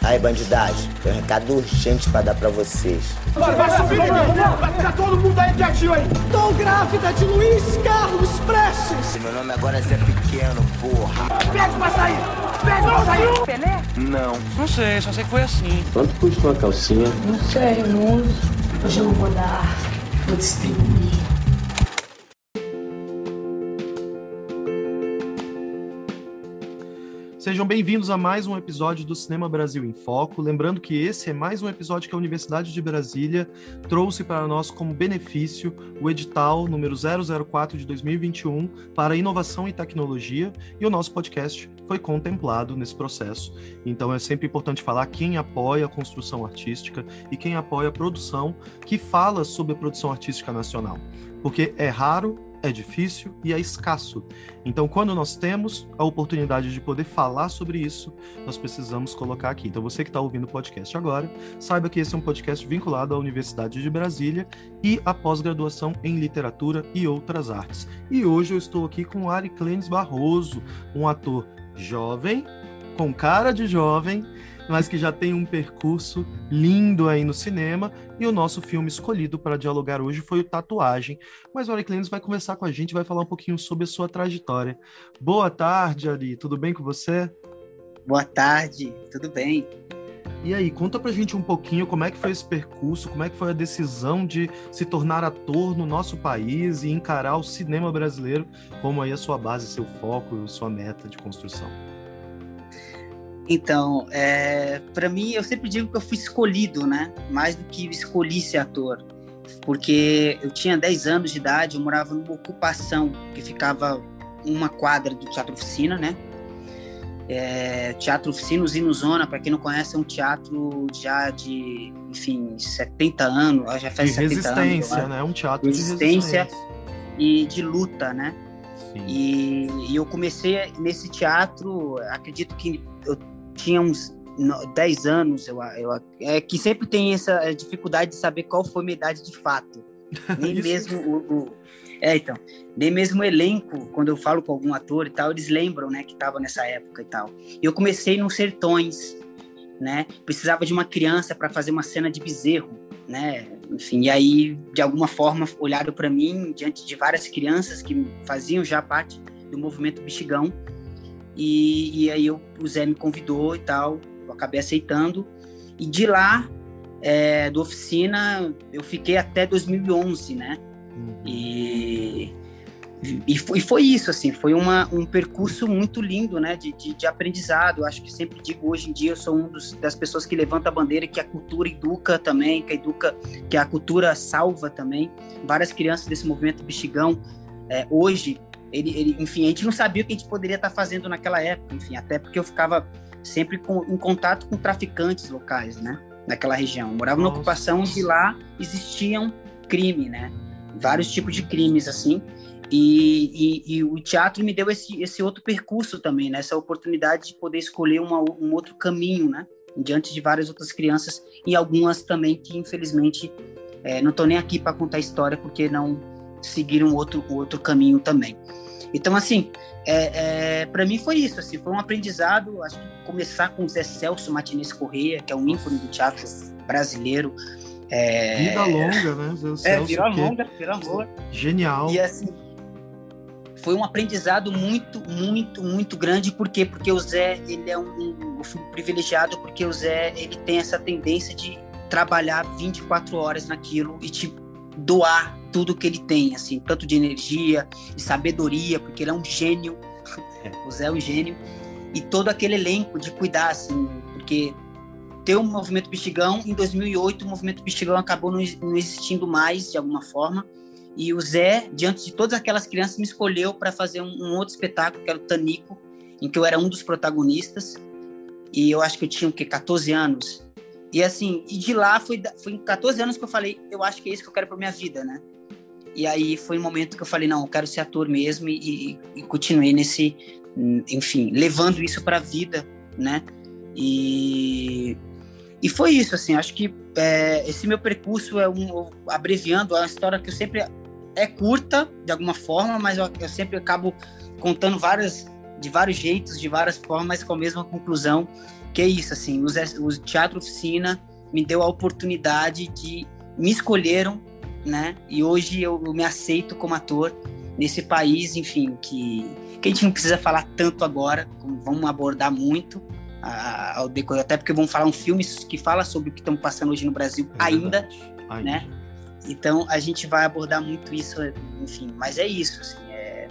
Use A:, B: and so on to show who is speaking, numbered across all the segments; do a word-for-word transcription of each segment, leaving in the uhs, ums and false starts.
A: Aí, bandidagem, tem um recado urgente pra dar pra vocês.
B: Vai, vai subir, vai, vai ficar todo mundo aí quietinho aí.
C: Tô grávida de Luiz Carlos Prestes.
A: Meu nome agora é Zé Pequeno, porra.
B: Pede pra sair, pede pra sair.
D: Pelé?
E: Não.
D: Não sei, só sei que foi assim.
E: Quanto custa uma calcinha?
F: Não sei, não uso. Hoje eu não vou dar, vou distribuir.
G: Sejam bem-vindos a mais um episódio do Cinema Brasil em Foco. Lembrando que esse é mais um episódio que a Universidade de Brasília trouxe para nós como benefício o edital número zero zero quatro de dois mil e vinte e um para inovação e tecnologia, e o nosso podcast foi contemplado nesse processo. Então é sempre importante falar quem apoia a construção artística e quem apoia a produção que fala sobre a produção artística nacional, porque é raro, é difícil e é escasso. Então, quando nós temos a oportunidade de poder falar sobre isso, nós precisamos colocar aqui. Então, você que está ouvindo o podcast agora, saiba que esse é um podcast vinculado à Universidade de Brasília e à pós-graduação em literatura e outras artes. E hoje eu estou aqui com o Ariclenes Barroso, um ator jovem, com cara de jovem, mas que já tem um percurso lindo aí no cinema, e o nosso filme escolhido para dialogar hoje foi o Tatuagem. Mas o Ariclenes vai conversar com a gente, vai falar um pouquinho sobre a sua trajetória. Boa tarde, Ari, tudo bem com você?
H: Boa tarde, tudo bem.
G: E aí, conta pra gente um pouquinho como é que foi esse percurso, como é que foi a decisão de se tornar ator no nosso país e encarar o cinema brasileiro como aí a sua base, seu foco, sua meta de construção.
H: Então, é, para mim, eu sempre digo que eu fui escolhido, né? Mais do que escolhi ser ator. Porque eu tinha dez anos de idade, eu morava numa ocupação que ficava uma quadra do Teatro Oficina, né? É, Teatro Oficina, Usinozona, para quem não conhece, é um teatro já de, enfim, setenta anos, já faz
G: de
H: setenta anos.
G: Resistência, né? Um teatro
H: resistência
G: de resistência.
H: E de luta, né?
G: Sim.
H: E, e eu comecei nesse teatro, acredito que eu tinha uns dez anos, eu, eu, é que sempre tem essa dificuldade de saber qual foi a minha idade de fato. Nem mesmo o, o, é, então, nem mesmo o elenco, quando eu falo com algum ator e tal, eles lembram, né, que estava nessa época e tal. E eu comecei nos Sertões, né? Precisava de uma criança para fazer uma cena de bezerro, né? Enfim, e aí, de alguma forma, olharam para mim diante de várias crianças que faziam já parte do movimento Bexigão. E, e aí eu, o Zé me convidou e tal, eu acabei aceitando, e de lá, é, do Oficina, eu fiquei até dois mil e onze, né, uhum. e, e, foi, e foi isso, assim, foi uma, um percurso muito lindo, né, de, de, de aprendizado. Eu acho que sempre digo, hoje em dia eu sou um dos, das pessoas que levanta a bandeira que a cultura educa também, que a, educa, que a cultura salva também. Várias crianças desse movimento Bexigão, é, hoje, Ele, ele, enfim, a gente não sabia o que a gente poderia estar fazendo naquela época, enfim, até porque eu ficava sempre com, em contato com traficantes locais, né, naquela região. Eu morava Nossa. numa ocupação onde lá existiam crime, né, vários tipos de crimes, assim, e, e, e o teatro me deu esse, esse outro percurso também, né, essa oportunidade de poder escolher uma, um outro caminho, né, diante de várias outras crianças, e algumas também que, infelizmente, é, não estão nem aqui para contar a história, porque não seguiram outro, outro caminho também. Então, assim, é, é, para mim foi isso, assim, foi um aprendizado. Acho que começar com o Zé Celso Martinez Corrêa, que é um ícone do teatro brasileiro. É,
G: vida longa, né? Zé Celso,
H: é, vida longa, vida longa.
G: Genial.
H: E, assim, foi um aprendizado muito, muito, muito grande. Por quê? Porque o Zé, ele é um, um, eu fui privilegiado, porque o Zé, ele tem essa tendência de trabalhar vinte e quatro horas naquilo e te doar tudo que ele tem, assim, tanto de energia, de sabedoria, porque ele é um gênio, é. O Zé é um gênio, e todo aquele elenco de cuidar, assim, porque ter o movimento Bexigão, em dois mil e oito, o movimento Bexigão acabou não, não existindo mais, de alguma forma, e o Zé, diante de todas aquelas crianças, me escolheu para fazer um, um outro espetáculo, que era o Tanico, em que eu era um dos protagonistas, e eu acho que eu tinha, o quê, catorze anos, e assim, e de lá, foi, foi em catorze anos que eu falei, eu acho que é isso que eu quero pra minha vida, né? E aí foi um momento que eu falei, não, eu quero ser ator mesmo, e, e, e continuei nesse, enfim, levando isso pra vida, né? E, e foi isso, assim, acho que é, esse meu percurso é um, abreviando, é uma história que eu sempre, é curta, de alguma forma, mas eu, eu sempre acabo contando várias de vários jeitos, de várias formas, mas com a mesma conclusão, que é isso, assim, o, o Teatro Oficina me deu a oportunidade de... me escolheram, né? E hoje eu, eu me aceito como ator nesse país, enfim, que, que a gente não precisa falar tanto agora, vamos abordar muito a, ao decorrer, até porque vamos falar um filme que fala sobre o que estamos passando hoje no Brasil é ainda, Ai. né? Então a gente vai abordar muito isso, enfim, mas é isso, assim, é,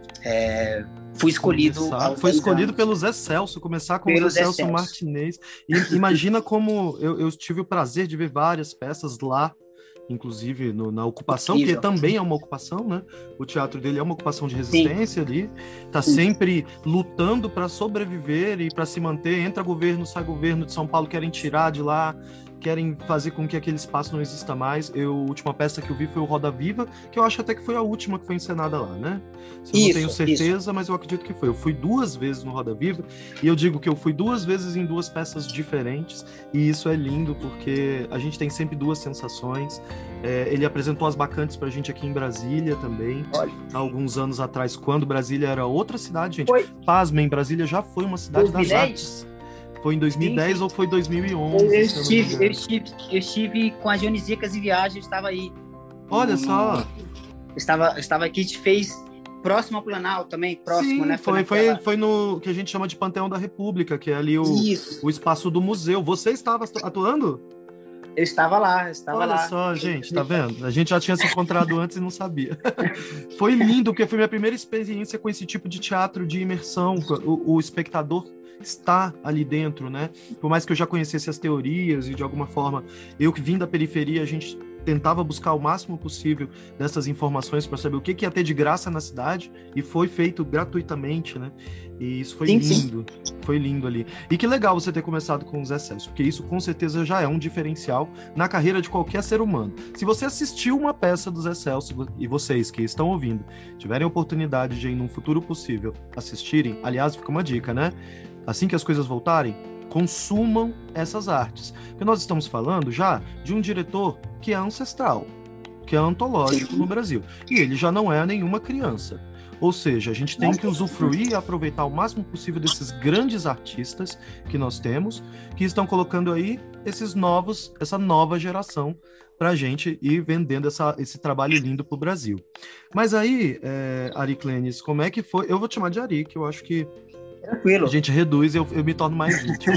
H: é, fui escolhido...
G: Foi escolhido anos. pelo Zé Celso, começar com pelo o Zé, Zé Celso, Celso Martinez, e imagina como eu, eu tive o prazer de ver várias peças lá, inclusive no, na ocupação, Incrível. que também é uma ocupação, né? O teatro dele é uma ocupação de resistência Sim. ali, tá Sim. sempre lutando para sobreviver e para se manter. Entra governo, sai governo de São Paulo, querem tirar de lá, querem fazer com que aquele espaço não exista mais. Eu, a última peça que eu vi foi o Roda Viva, que eu acho até que foi a última que foi encenada lá, né? Eu isso, não tenho certeza, isso. mas eu acredito que foi. Eu fui duas vezes no Roda Viva, e eu digo que eu fui duas vezes em duas peças diferentes, e isso é lindo, porque a gente tem sempre duas sensações. É, ele apresentou as bacantes pra gente aqui em Brasília também, Olha. há alguns anos atrás, quando Brasília era outra cidade, gente. Foi. Pasmem, Brasília já foi uma cidade das artes. Foi em dois mil e dez sim, sim. ou foi dois mil e onze?
H: Eu, eu, estive, eu, estive, eu estive com a Dionisíacas e Viagem, eu estava aí.
G: Olha no, só.
H: Eu estava, eu estava aqui, a gente fez próximo ao Planalto também, próximo,
G: sim,
H: né?
G: Foi, foi, naquela... foi no que a gente chama de Panteão da República, que é ali o, o espaço do museu. Você estava atuando?
H: Eu estava lá, eu estava
G: Olha
H: lá.
G: Olha só, gente, tá vendo? A gente já tinha se encontrado antes e não sabia. Foi lindo, porque foi minha primeira experiência com esse tipo de teatro de imersão. O, o espectador está ali dentro, né? Por mais que eu já conhecesse as teorias e, de alguma forma, eu que vim da periferia, a gente tentava buscar o máximo possível dessas informações para saber o que, que ia ter de graça na cidade, e foi feito gratuitamente, né? E isso foi sim, lindo, sim. foi lindo ali. E que legal você ter começado com o Zé Celso, porque isso com certeza já é um diferencial na carreira de qualquer ser humano. Se você assistiu uma peça do Zé Celso, e vocês que estão ouvindo, tiverem a oportunidade de, em um futuro possível, assistirem, aliás, fica uma dica, né? Assim que as coisas voltarem, consumam essas artes. Porque nós estamos falando já de um diretor que é ancestral, que é antológico no Brasil. E ele já não é nenhuma criança. Ou seja, a gente tem que usufruir e aproveitar o máximo possível desses grandes artistas que nós temos, que estão colocando aí esses novos, essa nova geração para a gente ir vendendo essa, esse trabalho lindo para o Brasil. Mas aí, é, Ari Clenis, como é que foi? Eu vou te chamar de Ari, que eu acho que
H: Tranquilo.
G: A gente reduz e eu, eu me torno mais íntimo.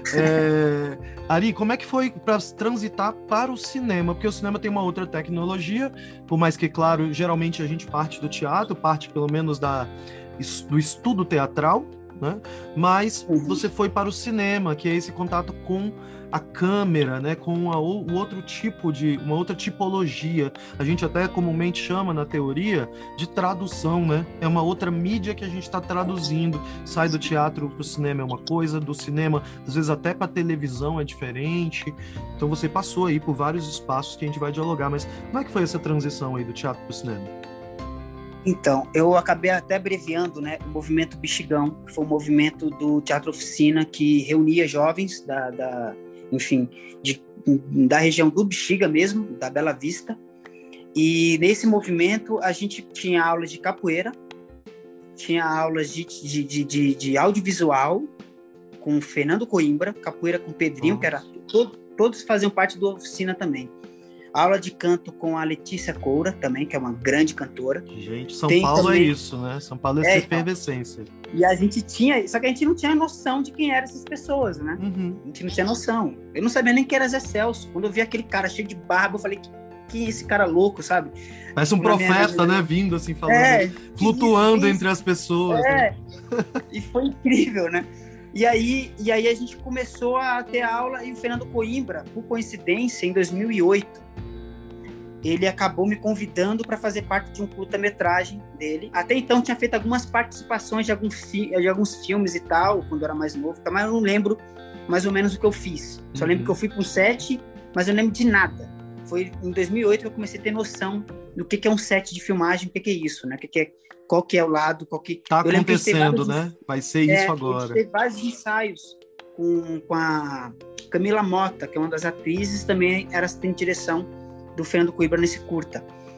G: é, Ari, como é que foi para transitar para o cinema? Porque o cinema tem uma outra tecnologia, por mais que, claro, geralmente a gente parte do teatro, parte pelo menos da, do estudo teatral, né? Mas uhum. você foi para o cinema, que é esse contato com a câmera, né, com a, o outro tipo de, uma outra tipologia. A gente até comumente chama na teoria de tradução, né? É uma outra mídia que a gente está traduzindo. Sai do teatro para o cinema é uma coisa, do cinema, às vezes até para televisão é diferente. Então você passou aí por vários espaços que a gente vai dialogar, mas como é que foi essa transição aí do teatro para o cinema?
H: Então, eu acabei até abreviando, né, o movimento Bexigão, que foi um movimento do Teatro Oficina que reunia jovens da, da enfim, de, da região do Bexiga mesmo, da Bela Vista. E nesse movimento a gente tinha aulas de capoeira, tinha aulas de, de, de, de, de audiovisual com o Fernando Coimbra, capoeira com o Pedrinho, Nossa. que era todo, todos faziam parte do Oficina também. Aula de canto com a Letícia Coura também, que é uma grande cantora.
G: Gente, São Tem Paulo também... é isso, né? São Paulo é, é essa efervescência.
H: E a gente tinha, só que a gente não tinha noção de quem eram essas pessoas, né?
G: Uhum.
H: A gente não tinha noção. Eu não sabia nem quem era Zé Celso. Quando eu vi aquele cara cheio de barba, eu falei, que, que esse cara louco, sabe?
G: Parece um Na profeta, minha... né? Vindo assim, falando, é, flutuando isso, entre as pessoas.
H: É,
G: né?
H: E foi incrível, né? E aí, e aí a gente começou a ter aula, e o Fernando Coimbra, por coincidência, em dois mil e oito, ele acabou me convidando para fazer parte de um curta-metragem dele. Até então tinha feito algumas participações de, algum fi- de alguns filmes e tal, quando eu era mais novo, mas eu não lembro mais ou menos o que eu fiz. Só uhum. lembro que eu fui para um set, mas eu não lembro de nada. Foi em dois mil e oito que eu comecei a ter noção do que, que é um set de filmagem, o que, que é isso, né? O que, que é, qual que é o lado, qual que...
G: Tá eu acontecendo, né? Vai ser isso é, agora.
H: Teve vários ensaios com, com a Camila Mota, que é uma das atrizes, também era assistente de direção do Fernando Coimbra nesse curta.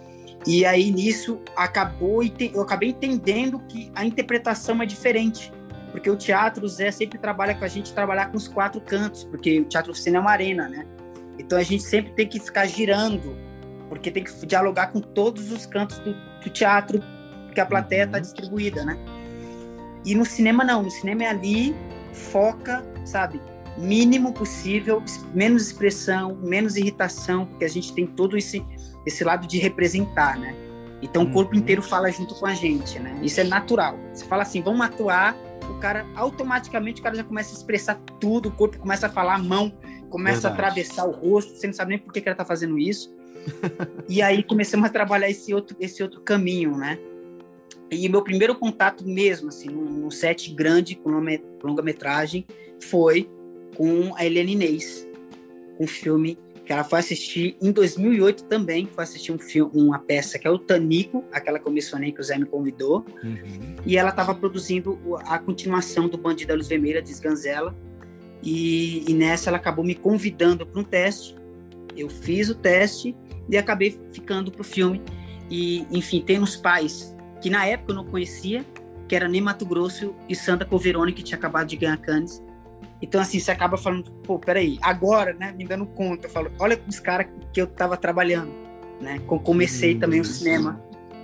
H: E aí, nisso, acabou, eu acabei entendendo que a interpretação é diferente. Porque o teatro, o Zé sempre trabalha com a gente, trabalhar com os quatro cantos, porque o teatro oficina é uma arena, né? Então, a gente sempre tem que ficar girando, porque tem que dialogar com todos os cantos do, do teatro, que a plateia está distribuída, né? E no cinema, não. No cinema é ali, foca, sabe? Mínimo possível, menos expressão, menos irritação, porque a gente tem todo esse, esse lado de representar, né? Então, uhum. o corpo inteiro fala junto com a gente, né? Isso é natural. Você fala assim, vamos atuar, o cara, automaticamente, o cara já começa a expressar tudo, o corpo começa a falar, a mão começa Verdade. a atravessar o rosto, você não sabe nem por que que ela tá fazendo isso. E aí, começamos a trabalhar esse outro, esse outro caminho, né? E meu primeiro contato mesmo, assim, num, num set grande, com longa-metragem, foi com a Helena Inês, com um filme que ela foi assistir em dois mil e oito também, foi assistir um filme, uma peça que é o Tanico, aquela que eu mencionei que o Zé me convidou, uhum. e ela estava produzindo a continuação do Bandido da Luz Vermelha, de Sganzella, e, e nessa ela acabou me convidando para um teste, eu fiz o teste e acabei ficando para o filme, e enfim, tem uns pais que na época eu não conhecia, que era Ney Matogrosso e Sandra Coveroni, que tinha acabado de ganhar Cannes. Então, assim, você acaba falando, pô, peraí, agora, né, me dando conta, eu falo, olha os caras que eu tava trabalhando, né, comecei hum, também o cinema,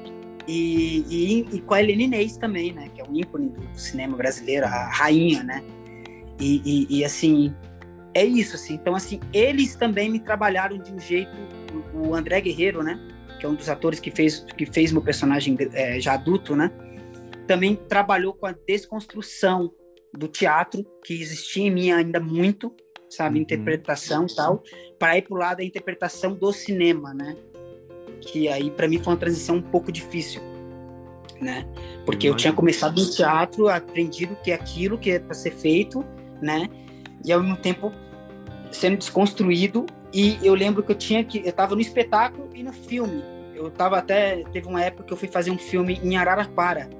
H: e, e, e com a Helena Inês também, né, que é um ícone do cinema brasileiro, a rainha, né, e, e, e assim, é isso, assim, então, assim, eles também me trabalharam de um jeito, o André Guerreiro, né, que é um dos atores que fez, que fez meu personagem é, já adulto, né, também trabalhou com a desconstrução do teatro, que existia em mim ainda muito, sabe, uhum. interpretação e tal, para ir pro lado da interpretação do cinema, né, que aí para mim foi uma transição um pouco difícil, né, porque uhum. eu tinha começado no teatro, aprendido que é aquilo que é para ser feito, né, e ao mesmo tempo sendo desconstruído, e eu lembro que eu tinha que, eu tava no espetáculo e no filme, eu tava até, teve uma época que eu fui fazer um filme em Araraquara,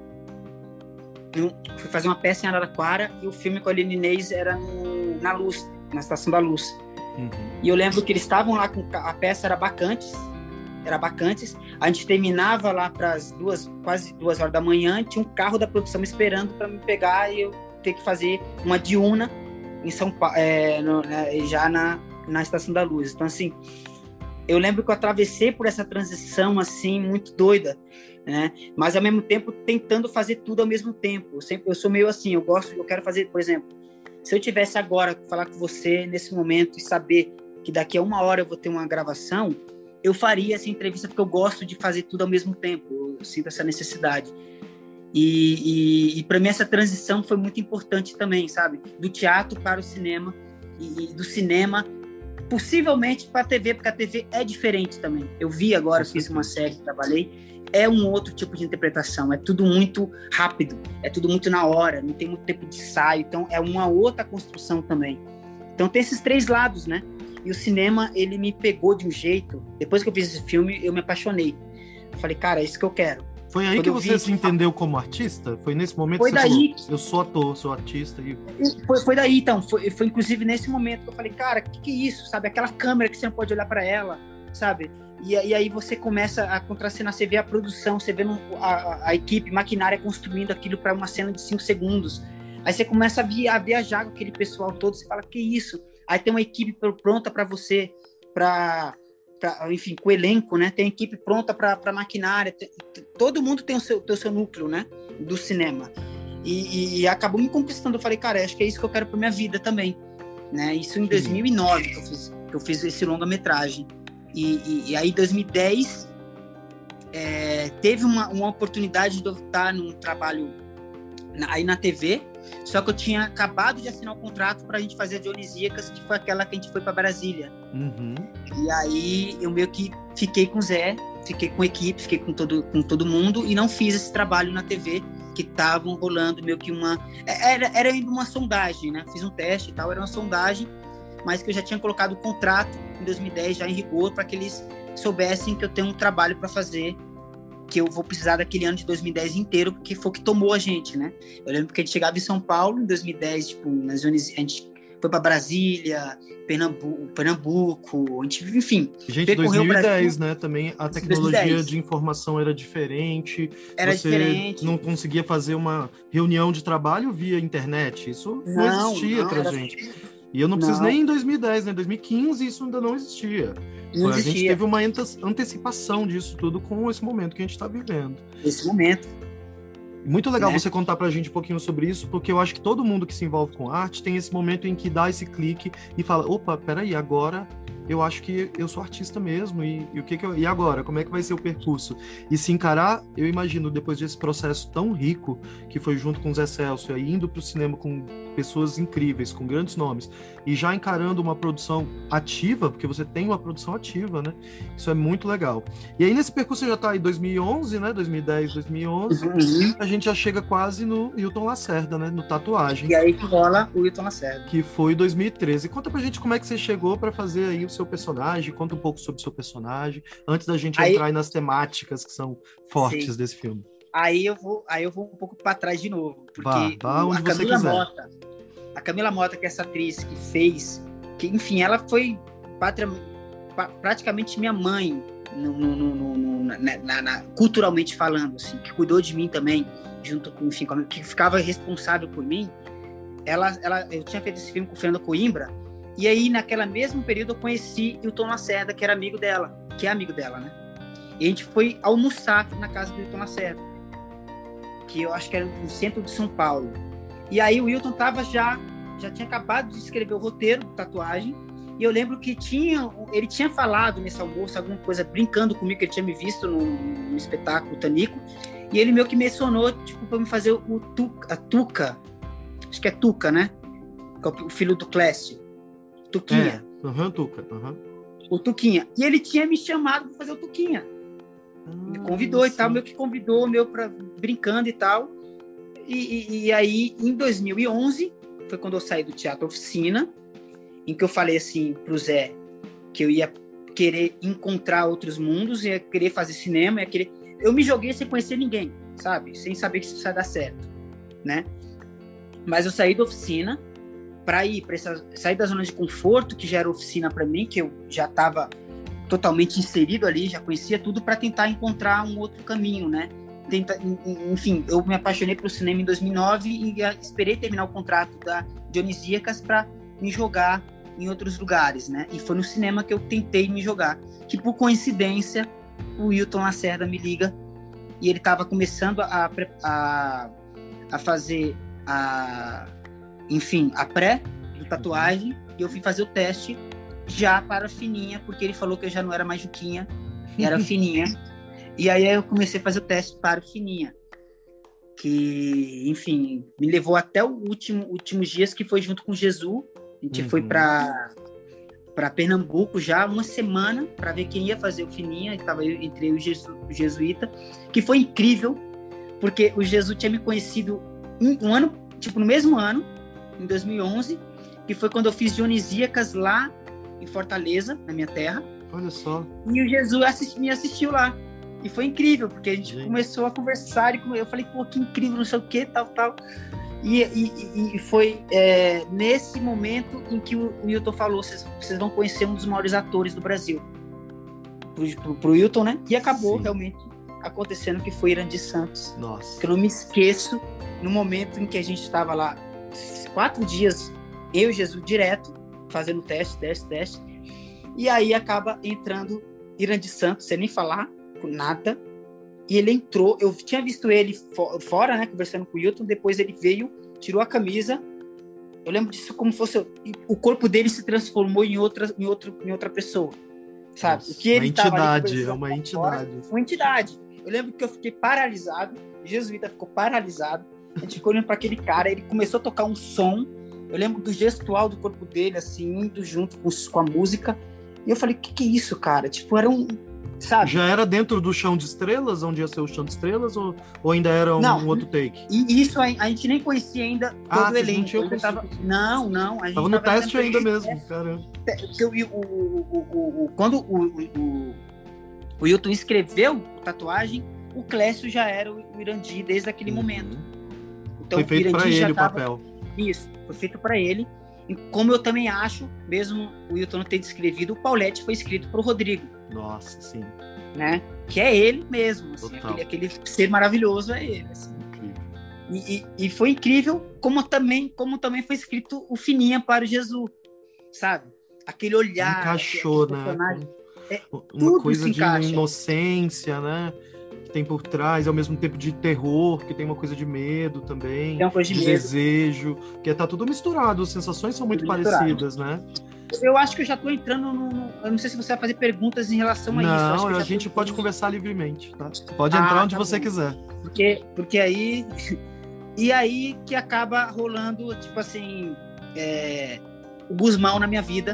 H: eu fui fazer uma peça em Araraquara e o filme com a Helena Inês era no, na Luz, na Estação da Luz. Uhum. E eu lembro que eles estavam lá com a peça, era Bacantes, era Bacantes, a gente terminava lá para as duas, quase duas horas da manhã, tinha um carro da produção me esperando para me pegar e eu ter que fazer uma diurna em São Paulo, é, no, né, já na, na Estação da Luz. Então, assim, eu lembro que eu atravessei por essa transição, assim, muito doida, né? Mas ao mesmo tempo tentando fazer tudo ao mesmo tempo. Eu sempre eu sou meio assim, eu gosto, eu quero fazer, por exemplo, se eu tivesse agora falar com você nesse momento e saber que daqui a uma hora eu vou ter uma gravação, eu faria essa entrevista porque eu gosto de fazer tudo ao mesmo tempo. Eu sinto essa necessidade. E, e, e para mim essa transição foi muito importante também, sabe? Do teatro para o cinema e, e do cinema possivelmente para a T V, porque a T V é diferente também. Eu vi agora, fiz uma série, trabalhei. É um outro tipo de interpretação, é tudo muito rápido, é tudo muito na hora, não tem muito tempo de ensaio, então é uma outra construção também. Então tem esses três lados, né? E o cinema, ele me pegou de um jeito, depois que eu fiz esse filme, eu me apaixonei. Eu falei, cara, é isso que eu quero.
G: Foi aí Quando que você vi... se entendeu como artista? Foi nesse momento
H: foi
G: que você
H: daí...
G: falou, eu sou ator, sou artista? E...
H: Foi, foi daí, então, foi, foi inclusive nesse momento que eu falei, cara, o que, que é isso, sabe? Aquela câmera que você não pode olhar para ela, sabe? E, e aí você começa a contracenar, você vê a produção, você vê no, a, a equipe, maquinária construindo aquilo para uma cena de cinco segundos. Aí você começa a, via, a viajar com aquele pessoal todo, você fala, que isso? Aí tem uma equipe pronta para você, para... Pra, enfim, com o elenco, né? Tem equipe pronta para maquinária, tem, todo mundo tem o seu, tem o seu núcleo, né? Do cinema. E, e, e acabou me conquistando. Eu falei, cara, acho que é isso que eu quero para minha vida também, né? Isso em dois mil e nove que eu fiz, que eu fiz esse longa-metragem. E, e, e aí, em dois mil e dez, é, teve uma, uma oportunidade de eu estar num trabalho na, aí na T V, só que eu tinha acabado de assinar o contrato para a gente fazer a Dionisíacas, que foi aquela que a gente foi para Brasília. Uhum. E aí eu meio que fiquei com o Zé, fiquei com a equipe, fiquei com todo, com todo mundo e não fiz esse trabalho na T V, que estavam rolando meio que uma... Era, era ainda uma sondagem, né? Fiz um teste e tal, era uma sondagem, mas que eu já tinha colocado o contrato em dois mil e dez já em rigor para que eles soubessem que eu tenho um trabalho para fazer, que eu vou precisar daquele ano de dois mil e dez inteiro, porque foi o que tomou a gente, né? Eu lembro que a gente chegava em São Paulo em dois mil e dez, tipo, nas Dionisíacas, a gente foi para Brasília, Pernambuco, Pernambuco, a gente, enfim.
G: Gente, dois mil e dez, né? Também a tecnologia dois mil e dez. De informação era diferente.
H: Era
G: Você
H: diferente.
G: não conseguia fazer uma reunião de trabalho via internet. Isso não, não existia não, pra era... gente. E eu não preciso não. nem em dois mil e dez, né? Em dois mil e quinze isso ainda não existia. Não existia. A gente teve uma antecipação disso tudo com esse momento que a gente está vivendo.
H: Esse momento.
G: Muito legal, né? Você contar pra gente um pouquinho sobre isso, porque eu acho que todo mundo que se envolve com arte tem esse momento em que dá esse clique e fala, opa, peraí, agora eu acho que eu sou artista mesmo, e, e o que que eu, e agora? Como é que vai ser o percurso? E se encarar, eu imagino, depois desse processo tão rico, que foi junto com o Zé Celso, aí indo pro cinema com pessoas incríveis, com grandes nomes, e já encarando uma produção ativa, porque você tem uma produção ativa, né? Isso é muito legal. E aí nesse percurso já tá aí dois mil e onze, né? dois mil e dez, dois mil e onze, uhum. A gente já chega quase no Hilton Lacerda, né? No Tatuagem.
H: E aí que rola o Hilton Lacerda.
G: Que foi dois mil e treze. Conta pra gente como é que você chegou para fazer aí o seu personagem, conta um pouco sobre o seu personagem, antes da gente aí... entrar aí nas temáticas que são fortes Sim. desse filme.
H: Aí eu vou, aí eu vou um pouco para trás de novo, porque
G: vá, vá onde
H: a Camila
G: você quiser.
H: Mota, a Camila Mota, que é essa atriz que fez, que enfim, ela foi pátria, praticamente minha mãe, no, no, no, no, na, na, na, culturalmente falando, assim, que cuidou de mim também, junto com, enfim, que ficava responsável por mim. Ela, ela, eu tinha feito esse filme com o Fernando Coimbra, e aí naquele mesmo período eu conheci o Hilton Lacerda, que era amigo dela, que é amigo dela, né? E a gente foi almoçar na casa do Hilton Lacerda, que eu acho que era no centro de São Paulo. E aí o Hilton tava já, já tinha acabado de escrever o roteiro de Tatuagem, e eu lembro que tinha, ele tinha falado nesse almoço alguma coisa, brincando comigo, que ele tinha me visto no, no espetáculo Tanico, e ele meio que mencionou, tipo, para me fazer o Tuca, a Tuca, acho que é Tuca, né? O filho do Clécio. Tuquinha.
G: É, uhum, Tuca, uhum.
H: O Tuquinha. E ele tinha me chamado para fazer o Tuquinha. Me convidou ah, e tal, meio que convidou, meu, pra, brincando e tal. E, e, e aí, em dois mil e onze, foi quando eu saí do Teatro Oficina, em que eu falei assim pro Zé, que eu ia querer encontrar outros mundos, ia querer fazer cinema, ia querer... Eu me joguei sem conhecer ninguém, sabe? Sem saber que isso ia dar certo, né? Mas eu saí da oficina para ir, para sair da zona de conforto, que já era oficina para mim, que eu já estava totalmente inserido ali, já conhecia tudo, para tentar encontrar um outro caminho, né? Tenta, enfim, eu me apaixonei pelo cinema em dois mil e nove e esperei terminar o contrato da Dionisíacas para me jogar em outros lugares, né? E foi no cinema que eu tentei me jogar. Que, por coincidência, o Hilton Lacerda me liga e ele estava começando a, a, a fazer a, enfim, a pré do Tatuagem, e eu fui fazer o teste já para Fininha, porque ele falou que eu já não era mais Juquinha, era Fininha. E aí eu comecei a fazer o teste para o Fininha, que, enfim, me levou até o último últimos dias, que foi junto com o Jesus. A gente uhum. foi para para Pernambuco já, uma semana, para ver quem ia fazer o Fininha, que estava entre eu e o, Jesu, o Jesuíta, que foi incrível, porque o Jesus tinha me conhecido um ano, tipo, no mesmo ano, em dois mil e onze, que foi quando eu fiz Dionisíacas lá em Fortaleza, na minha terra.
G: Olha só.
H: E o Jesus assisti, me assistiu lá. E foi incrível, porque a gente, gente. começou a conversar, e eu falei, pô, que incrível, não sei o que, tal, tal. E, e, e foi é, nesse momento em que o, o Hilton falou, vocês, vocês vão conhecer um dos maiores atores do Brasil. Pro, pro, pro Hilton, né? E acabou Sim. realmente acontecendo, que foi Irandir Santos.
G: Nossa.
H: Que eu não me esqueço, no momento em que a gente estava lá, quatro dias, eu e Jesus direto, fazendo teste, teste, teste. E aí acaba entrando Irandir Santos, sem nem falar, com nada. E ele entrou, eu tinha visto ele for, fora, né, conversando com o Hilton, depois ele veio, tirou a camisa, eu lembro disso como fosse, o corpo dele se transformou em outra, em outra, em outra pessoa, sabe?
G: Nossa,
H: o que ele
G: uma entidade, é uma entidade.
H: Fora, uma entidade. Eu lembro que eu fiquei paralisado, o Jesuíta ficou paralisado, a gente ficou olhando para aquele cara, ele começou a tocar um som, eu lembro do gestual do corpo dele, assim, indo junto com, com a música, e eu falei, o que que é isso, cara? Tipo, era um... Sabe?
G: Já era dentro do Chão de Estrelas, onde ia ser o Chão de Estrelas, ou, ou ainda era um,
H: não,
G: um outro take?
H: E isso a, a gente nem conhecia ainda todo
G: ah,
H: o elenco.
G: Não,
H: tava, não, não. A gente
G: tava no
H: tava
G: teste ainda mesmo, teste. Caramba.
H: O, o, o, o, quando o, o, o Hilton escreveu a Tatuagem, o Clécio já era o Irandir desde aquele uhum. momento.
G: Então, foi feito para ele o tava, papel.
H: Isso, foi feito para ele. Como eu também acho, mesmo o Wilton não ter descrevido, o Paulette foi escrito para o Rodrigo.
G: Nossa, sim.
H: Né? Que é ele mesmo, assim, aquele, aquele ser maravilhoso é ele. Assim.
G: Incrível.
H: E, e, e foi incrível como também, como também foi escrito o Fininha para o Jesus, sabe? Aquele olhar.
G: Encaixou,
H: aquele
G: né?
H: É,
G: uma coisa de inocência, né? Que tem por trás, ao mesmo tempo de terror, que tem uma coisa de medo também,
H: tem uma coisa de,
G: de desejo, que tá tudo misturado, as sensações são muito tudo parecidas, misturado. Né?
H: Eu acho que eu já tô entrando no... Eu não sei se você vai fazer perguntas em relação a
G: não,
H: isso.
G: Não, a gente pode conversar livremente, tá? Pode ah, entrar onde tá você bom. quiser.
H: Porque, porque aí... E aí que acaba rolando, tipo assim, é... o Guzmão na minha vida,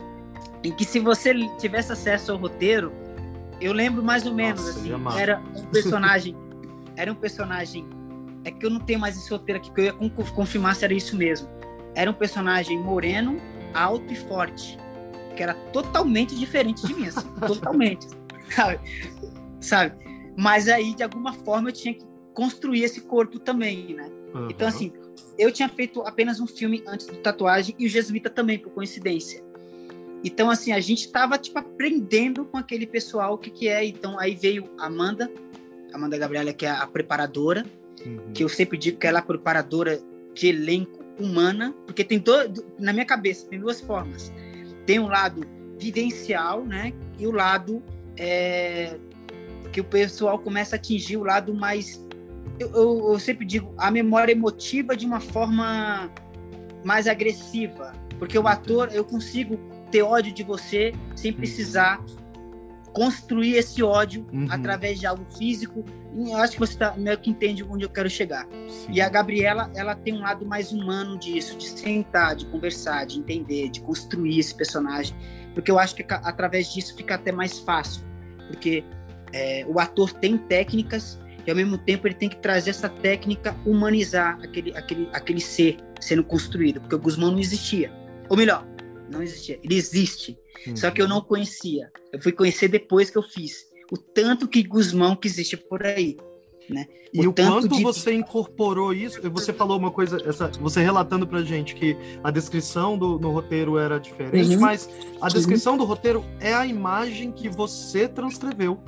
H: em que se você tivesse acesso ao roteiro, eu lembro mais ou menos, Nossa, assim, era um personagem, era um personagem, é que eu não tenho mais esse roteiro aqui, que eu ia confirmar se era isso mesmo. Era um personagem moreno, alto e forte, que era totalmente diferente de mim, assim, totalmente, sabe? sabe? Mas aí, de alguma forma, eu tinha que construir esse corpo também, né? Uhum. Então, assim, eu tinha feito apenas um filme antes do Tatuagem e o Jesuíta também, por coincidência. Então, assim, a gente tava, tipo, aprendendo com aquele pessoal o que que é. Então, aí veio a Amanda, Amanda Gabriela, que é a preparadora, uhum. que eu sempre digo que ela é a preparadora de elenco humana, porque tem dois, na minha cabeça, tem duas formas. Tem um lado vivencial, né? E o lado é, que o pessoal começa a atingir o lado mais... Eu, eu, eu sempre digo, a memória emotiva de uma forma mais agressiva. Porque o ator, eu consigo ter ódio de você sem precisar construir esse ódio uhum. através de algo físico. Eu acho que você tá, meio que entende onde eu quero chegar. Sim. E a Gabriela, ela tem um lado mais humano disso, de sentar, de conversar, de entender, de construir esse personagem. Porque eu acho que através disso fica até mais fácil. Porque é, o ator tem técnicas e ao mesmo tempo ele tem que trazer essa técnica, humanizar aquele, aquele, aquele ser sendo construído. Porque o Guzmão não existia. Ou melhor, não existia. Ele existe. Uhum. Só que eu não conhecia. Eu fui conhecer depois que eu fiz. O tanto que Guzmão que existe por aí. Né?
G: E o, o quanto de... você incorporou isso, você falou uma coisa, essa, você relatando pra gente que a descrição do, no roteiro era diferente, uhum. mas a descrição uhum. do roteiro é a imagem que você transcreveu.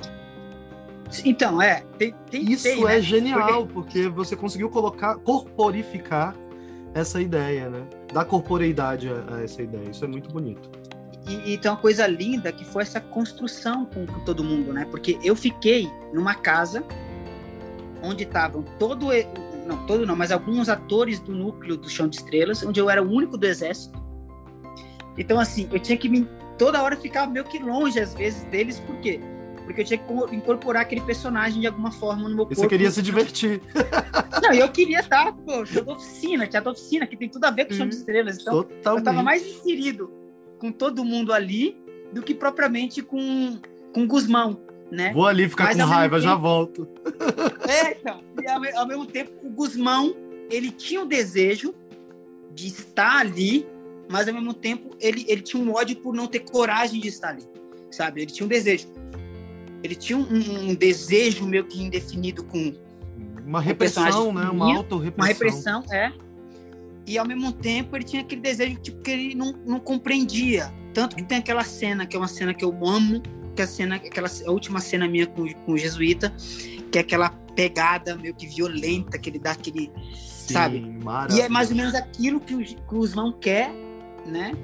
H: Então, é. Tem, tem,
G: isso
H: tem,
G: é
H: né?
G: genial, porque... porque você conseguiu colocar, corporificar essa ideia, né? Dar corporeidade a, a essa ideia. Isso é muito bonito.
H: E, e tem uma coisa linda que foi essa construção com, com todo mundo, né? Porque eu fiquei numa casa onde estavam todo, não, todo não, mas alguns atores do núcleo do Chão de Estrelas, onde eu era o único do exército. Então, assim, eu tinha que me, toda hora ficar meio que longe, às vezes, deles, por quê? Porque eu tinha que incorporar aquele personagem de alguma forma no meu corpo.
G: E você queria se divertir.
H: Não, eu queria estar, pô, tinha da oficina, tinha da oficina, que tem tudo a ver com o Chão de Estrelas. Então, totalmente. Eu tava mais inserido com todo mundo ali do que propriamente com, com Guzmão. Né?
G: Vou ali ficar Mas, com raiva, tempo... já volto.
H: É, então. E ao, ao mesmo tempo, o Guzmão, ele tinha o desejo de estar ali, mas ao mesmo tempo, ele, ele tinha um ódio por não ter coragem de estar ali, sabe? Ele tinha um desejo. Ele tinha um, um desejo meio que indefinido com...
G: Uma repressão, né? Uma autorrepressão.
H: Uma repressão, é. E ao mesmo tempo, ele tinha aquele desejo tipo, que ele não, não compreendia. Tanto que tem aquela cena, que é uma cena que eu amo, que é a cena, aquela a última cena minha com, com o Jesuíta, que é aquela pegada meio que violenta, que ele dá aquele, Sim, sabe? E é mais ou menos aquilo que o Guzmão quer, né?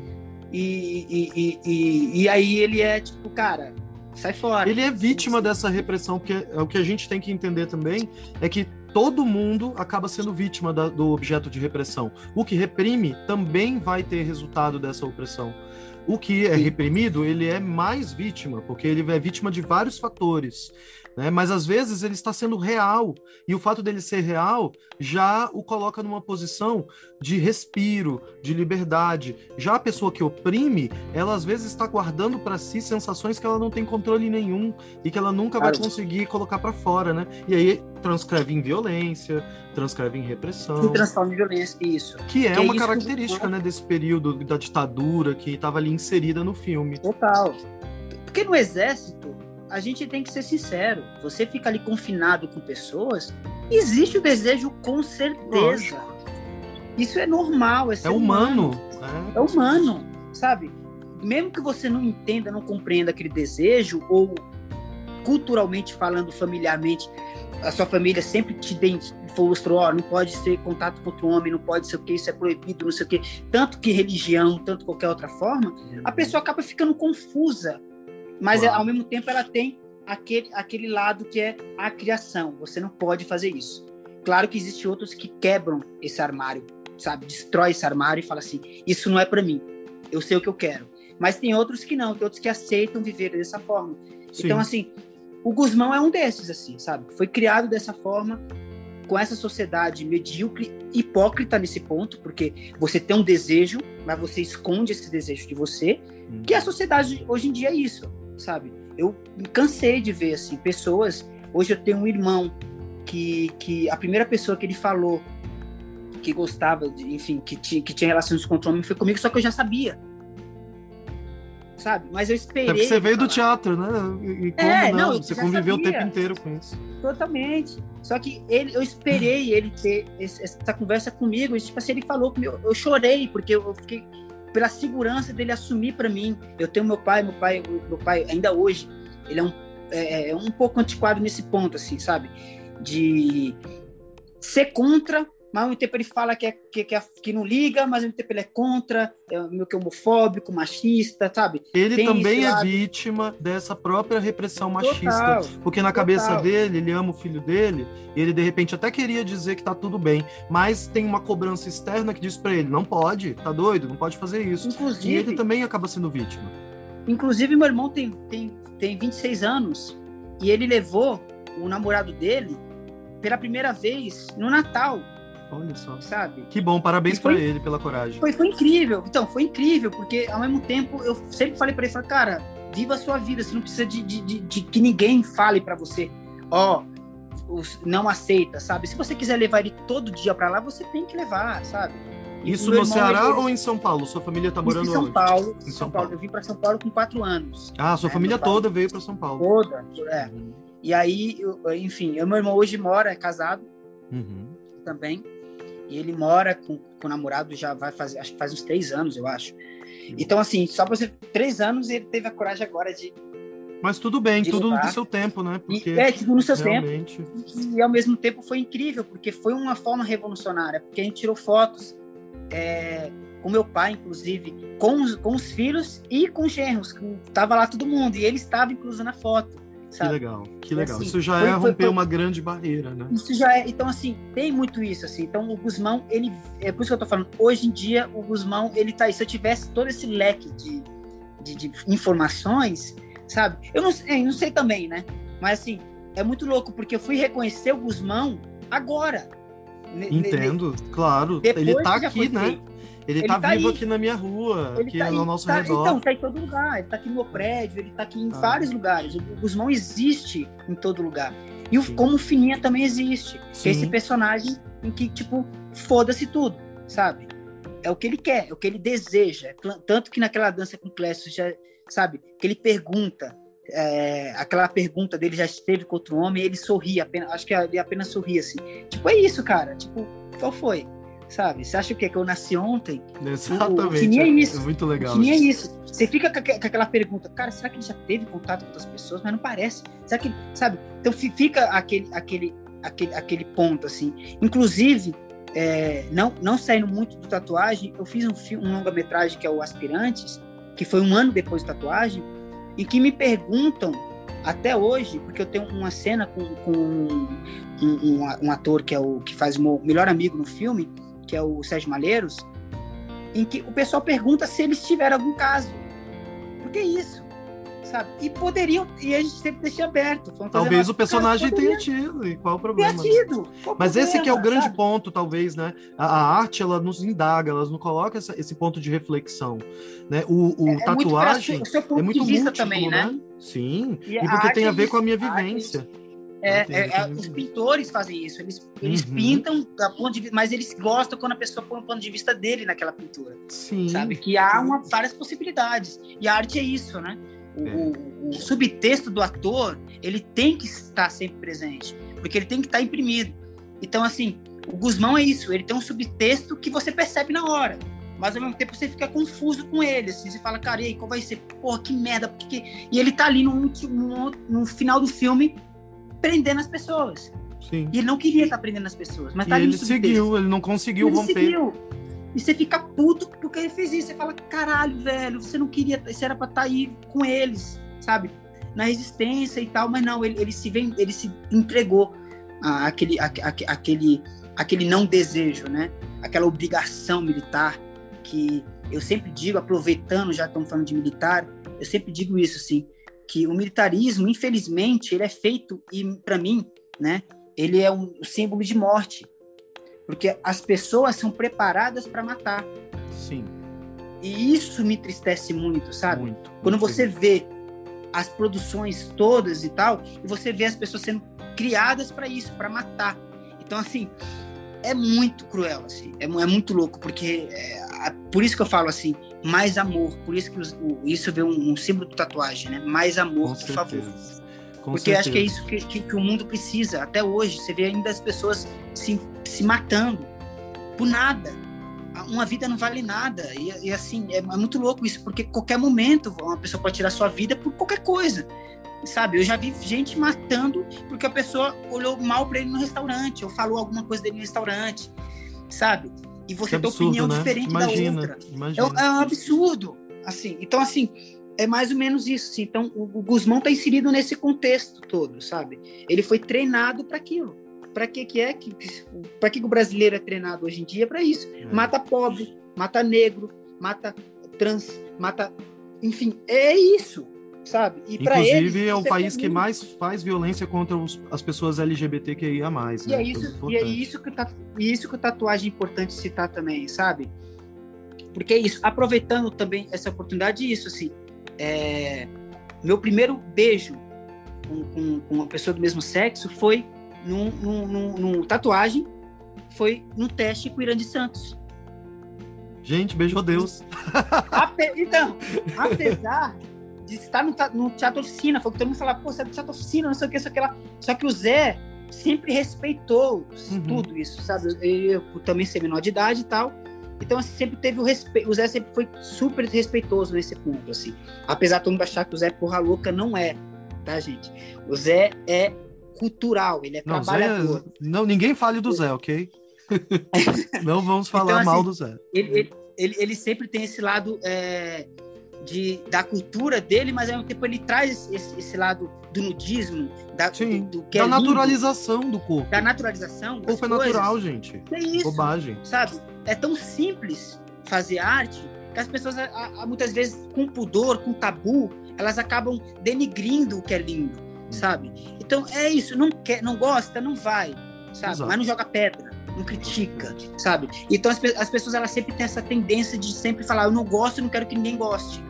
H: E, e, e, e, e aí ele é tipo, cara, sai fora.
G: Ele é vítima dessa repressão, porque é o que a gente tem que entender também, é que todo mundo acaba sendo vítima da, do objeto de repressão. O que reprime também vai ter resultado dessa opressão. O que é reprimido, ele é mais vítima, porque ele é vítima de vários fatores, né? Mas às vezes ele está sendo real, e o fato dele ser real já o coloca numa posição de respiro, de liberdade. Já a pessoa que oprime, ela às vezes está guardando para si sensações que ela não tem controle nenhum e que ela nunca vai conseguir colocar para fora, né? E aí transcreve em violência, transcreve em repressão.
H: Se transforma em violência, isso.
G: Que é que uma é característica, que... né, desse período da ditadura que estava ali inserida no filme.
H: Total. Porque no exército, a gente tem que ser sincero. Você fica ali confinado com pessoas, existe o desejo com certeza. Lógico. Isso é normal, é ser
G: É humano.
H: humano. É. é humano, sabe? Mesmo que você não entenda, não compreenda aquele desejo, ou culturalmente falando, familiarmente, a sua família sempre te mostrou, ó, não pode ser contato com outro homem, não pode ser o que, isso é proibido, não sei o que, tanto que religião, tanto qualquer outra forma, a pessoa acaba ficando confusa, mas claro. Ao mesmo tempo ela tem aquele, aquele lado que é a criação, você não pode fazer isso. Claro que existem outros que quebram esse armário, sabe, destrói esse armário e fala assim, isso não é para mim, eu sei o que eu quero, mas tem outros que não, tem outros que aceitam viver dessa forma. Sim. Então assim, o Gusmão é um desses, assim, sabe? Foi criado dessa forma, com essa sociedade medíocre, hipócrita nesse ponto, porque você tem um desejo, mas você esconde esse desejo de você, hum. que a sociedade hoje em dia é isso, sabe? Eu me cansei de ver, assim, pessoas... Hoje eu tenho um irmão que, que a primeira pessoa que ele falou que gostava, de, enfim, que tinha, que tinha relações com o homem foi comigo, só que eu já sabia. Sabe? Mas eu esperei. É porque
G: você veio falar. do teatro, né? E como
H: é,
G: não?
H: não
G: você conviveu
H: sabia.
G: o tempo inteiro com isso.
H: Totalmente. Só que ele, eu esperei ele ter esse, essa conversa comigo. E, tipo assim, ele falou comigo. Eu chorei, porque eu fiquei pela segurança dele assumir para mim. Eu tenho meu pai, meu pai, meu pai, ainda hoje, ele é um, é, é um pouco antiquado nesse ponto, assim, sabe? De ser contra. Mas ao mesmo tempo ele fala que, é, que, que, é, que não liga, mas ao mesmo tempo ele é contra, é meio que homofóbico, machista, sabe?
G: Ele
H: Tem
G: também é
H: lado...
G: vítima dessa própria repressão machista.
H: Total,
G: porque na
H: total.
G: cabeça dele, ele ama o filho dele, e ele de repente até queria dizer que tá tudo bem, mas tem uma cobrança externa que diz pra ele, não pode, tá doido, não pode fazer isso.
H: Inclusive,
G: e ele também acaba sendo vítima.
H: Inclusive, meu irmão tem, tem, tem vinte e seis anos, e ele levou o namorado dele pela primeira vez no Natal.
G: Olha só.
H: Sabe?
G: Que bom, parabéns
H: foi,
G: pra ele pela coragem.
H: Foi, foi incrível. Então, foi incrível, porque ao mesmo tempo eu sempre falei pra ele, falei, cara, viva a sua vida, você não precisa de, de, de, de que ninguém fale pra você, ó, oh, não aceita, sabe? Se você quiser levar ele todo dia pra lá, você tem que levar, sabe? E
G: isso no Ceará
H: ele...
G: ou em São Paulo? Sua família tá morando
H: em São
G: onde?
H: Paulo.
G: Em São,
H: São Paulo.
G: Paulo.
H: Eu vim pra São Paulo com quatro anos.
G: Ah, sua
H: é,
G: família toda veio pra São Paulo.
H: Toda, é. Uhum. E aí, eu, enfim, eu, meu irmão hoje mora, é casado
G: uhum.
H: também. E ele mora com, com o namorado, já vai fazer, acho que faz uns três anos, eu acho. Então, assim, só pra você, três anos, ele teve a coragem agora de...
G: Mas tudo bem, tudo no seu tempo, né?
H: Porque e, é, tudo no seu
G: realmente...
H: tempo. E, ao mesmo tempo, foi incrível, porque foi uma forma revolucionária, porque a gente tirou fotos é, com meu pai, inclusive, com os, com os filhos e com os genros, que tava lá todo mundo, e ele estava, inclusive, na foto. Sabe?
G: Que legal, que legal.
H: Assim,
G: isso já
H: foi,
G: é
H: foi,
G: romper
H: foi,
G: uma grande barreira, né?
H: Isso já é. Então, assim, tem muito isso, assim. Então, o Gusmão, ele... É por isso que eu tô falando. Hoje em dia, o Gusmão, ele tá aí. Se eu tivesse todo esse leque de, de, de informações, sabe? Eu não, eu não sei também, né? Mas, assim, é muito louco, porque eu fui reconhecer o Gusmão agora.
G: Entendo, ne, claro. Ele tá aqui, né? Ele, ele tá, tá vivo aí. Aqui na minha rua, ele aqui tá no aí, nosso
H: tá,
G: redor.
H: Então, tá em todo lugar. Ele tá aqui no meu prédio, ele tá aqui em ah. vários lugares. O Gusmão existe em todo lugar. E o, como o Fininha também existe. Que é esse personagem em que, tipo, foda-se tudo, sabe? É o que ele quer, é o que ele deseja. Tanto que naquela dança com o Clécio, já, sabe? Que ele pergunta, é, aquela pergunta dele já esteve com outro homem, e ele sorri, apenas, acho que ele apenas sorri assim. Tipo, é isso, cara. Tipo, qual foi? Sabe? Você acha o quê? Que eu nasci ontem?
G: Exatamente.
H: O, o é isso.
G: É muito legal.
H: O é isso. Você fica com aquela pergunta, cara, será que ele já teve contato com outras pessoas? Mas não parece. Será que, sabe? Então fica aquele, aquele, aquele, aquele ponto, assim. Inclusive, é, não, não saindo muito do tatuagem, eu fiz um, filme, um longa-metragem que é o Aspirantes, que foi um ano depois da tatuagem, e que me perguntam, até hoje, porque eu tenho uma cena com, com um, um, um ator que, é o, que faz o meu melhor amigo no filme, que é o Sérgio Malheiros, em que o pessoal pergunta se eles tiveram algum caso. Por que isso? Sabe? E poderiam, e a gente sempre deixa aberto.
G: Talvez uma, o personagem tenha tido, e qual o problema?
H: Tenha tido.
G: Qual Mas problema, esse que é o grande sabe? ponto, talvez, né? A, a arte, ela nos indaga, ela nos coloca essa, esse ponto de reflexão, né? O, o
H: é,
G: tatuagem
H: é muito, seu ponto
G: é muito
H: de vista
G: múltiplo,
H: também, né?
G: né? Sim,
H: e,
G: e porque tem a ver
H: é
G: com a minha vivência.
H: É, é, é, os pintores fazem isso, eles, eles uhum. pintam da ponto de vista, mas eles gostam quando a pessoa põe o ponto de vista dele naquela pintura.
G: Sim.
H: Sabe? Que há uma, várias possibilidades. E a arte é isso, né? O,
G: é.
H: o, o subtexto do ator, ele tem que estar sempre presente, porque ele tem que estar imprimido. Então, assim, o Guzmão é isso, ele tem um subtexto que você percebe na hora, mas ao mesmo tempo você fica confuso com ele, assim, você fala, cara, e aí, qual vai ser? Porra, que merda, porque que... E ele tá ali no, no, no final do filme prendendo as pessoas.
G: Sim.
H: E ele não queria estar prendendo as pessoas, mas
G: e
H: tá ali
G: ele
H: no subtexto.
G: seguiu, ele não conseguiu
H: ele
G: romper.
H: Seguiu. E você fica puto porque ele fez isso. Você fala, caralho, velho, você não queria, você era pra estar aí com eles, sabe? Na resistência e tal, mas não, ele, ele, se, vem, ele se entregou à, àquele, à, à, àquele, àquele não desejo, né? Aquela obrigação militar que eu sempre digo, aproveitando, já estamos falando de militar, eu sempre digo isso, assim, que o militarismo, infelizmente, ele é feito, e para mim, né, ele é um símbolo de morte. Porque as pessoas são preparadas para matar.
G: Sim.
H: E isso me entristece muito, sabe?
G: Muito.
H: Quando
G: muito
H: você vê as produções todas e tal, e você vê as pessoas sendo criadas para isso, para matar. Então, assim, é muito cruel, assim. É, é muito louco, porque... É, por isso que eu falo, assim, mais amor. Por isso que os, o, isso vê um, um símbolo de tatuagem, né? Mais amor,
G: Com
H: por
G: certeza.
H: favor.
G: Com
H: Porque
G: certeza.
H: acho que é isso que, que, que o mundo precisa. Até hoje, você vê ainda as pessoas se, se matando por nada. Uma vida não vale nada. E, e assim, é, é muito louco isso, porque qualquer momento uma pessoa pode tirar sua vida por qualquer coisa. Sabe? Eu já vi gente matando porque a pessoa olhou mal para ele no restaurante, ou falou alguma coisa dele no restaurante, sabe? E você
G: Que
H: tem
G: absurdo,
H: opinião
G: né?
H: diferente
G: Imagina,
H: da outra.
G: imagina.
H: É, é um absurdo. Assim, então, assim, é mais ou menos isso. Assim. Então, o, o Guzmão está inserido nesse contexto todo, sabe? Ele foi treinado para aquilo. Para que que é que para que, que o brasileiro é treinado hoje em dia? Para isso. É. Mata pobre, mata negro, mata trans, mata, enfim, é isso, sabe? E para eles,
G: inclusive é o país
H: é
G: que mais faz violência contra os, as pessoas L G B T Q I A mais,
H: e
G: né?
H: é isso, e é isso que tá, isso que o tatuagem é importante citar também, sabe? Porque é isso. Aproveitando também essa oportunidade, isso assim, é, meu primeiro beijo com, com, com uma pessoa do mesmo sexo foi num, num, num, num tatuagem, foi num teste com o Irã de Santos.
G: Gente, beijou Deus.
H: Ape... Então, apesar de estar no, no teatro oficina, foi que todo mundo falava, pô, você é do teatro oficina, não sei o que, isso, aquela. Só que o Zé sempre respeitou uhum. tudo isso, sabe? Eu, eu também ser menor de idade e tal. Então, assim, sempre teve o respeito. O Zé sempre foi super respeitoso nesse ponto, assim. Apesar de todo mundo achar que o Zé é porra louca, não é, tá, gente? O Zé é cultural, ele é
G: não,
H: trabalhador.
G: Zé, não, ninguém fale do Zé, ok? Não vamos falar
H: então, assim,
G: mal do Zé.
H: Ele, ele, ele, ele sempre tem esse lado é, de, da cultura dele, mas ao mesmo tempo ele traz esse, esse lado do nudismo, da,
G: Sim,
H: do, do que
G: da
H: é
G: naturalização lindo, do corpo.
H: Da naturalização.
G: O corpo é
H: coisas.
G: natural, gente.
H: É isso.
G: Bobagem.
H: Sabe? É tão simples fazer arte que as pessoas, muitas vezes, com pudor, com tabu, elas acabam denigrindo o que é lindo, sabe? Então, é isso. Não, quer, não gosta, não vai, sabe? Exato. Mas não joga pedra, não critica, sabe? Então, as, as pessoas, elas sempre têm essa tendência de sempre falar, eu não gosto, eu não quero que ninguém goste.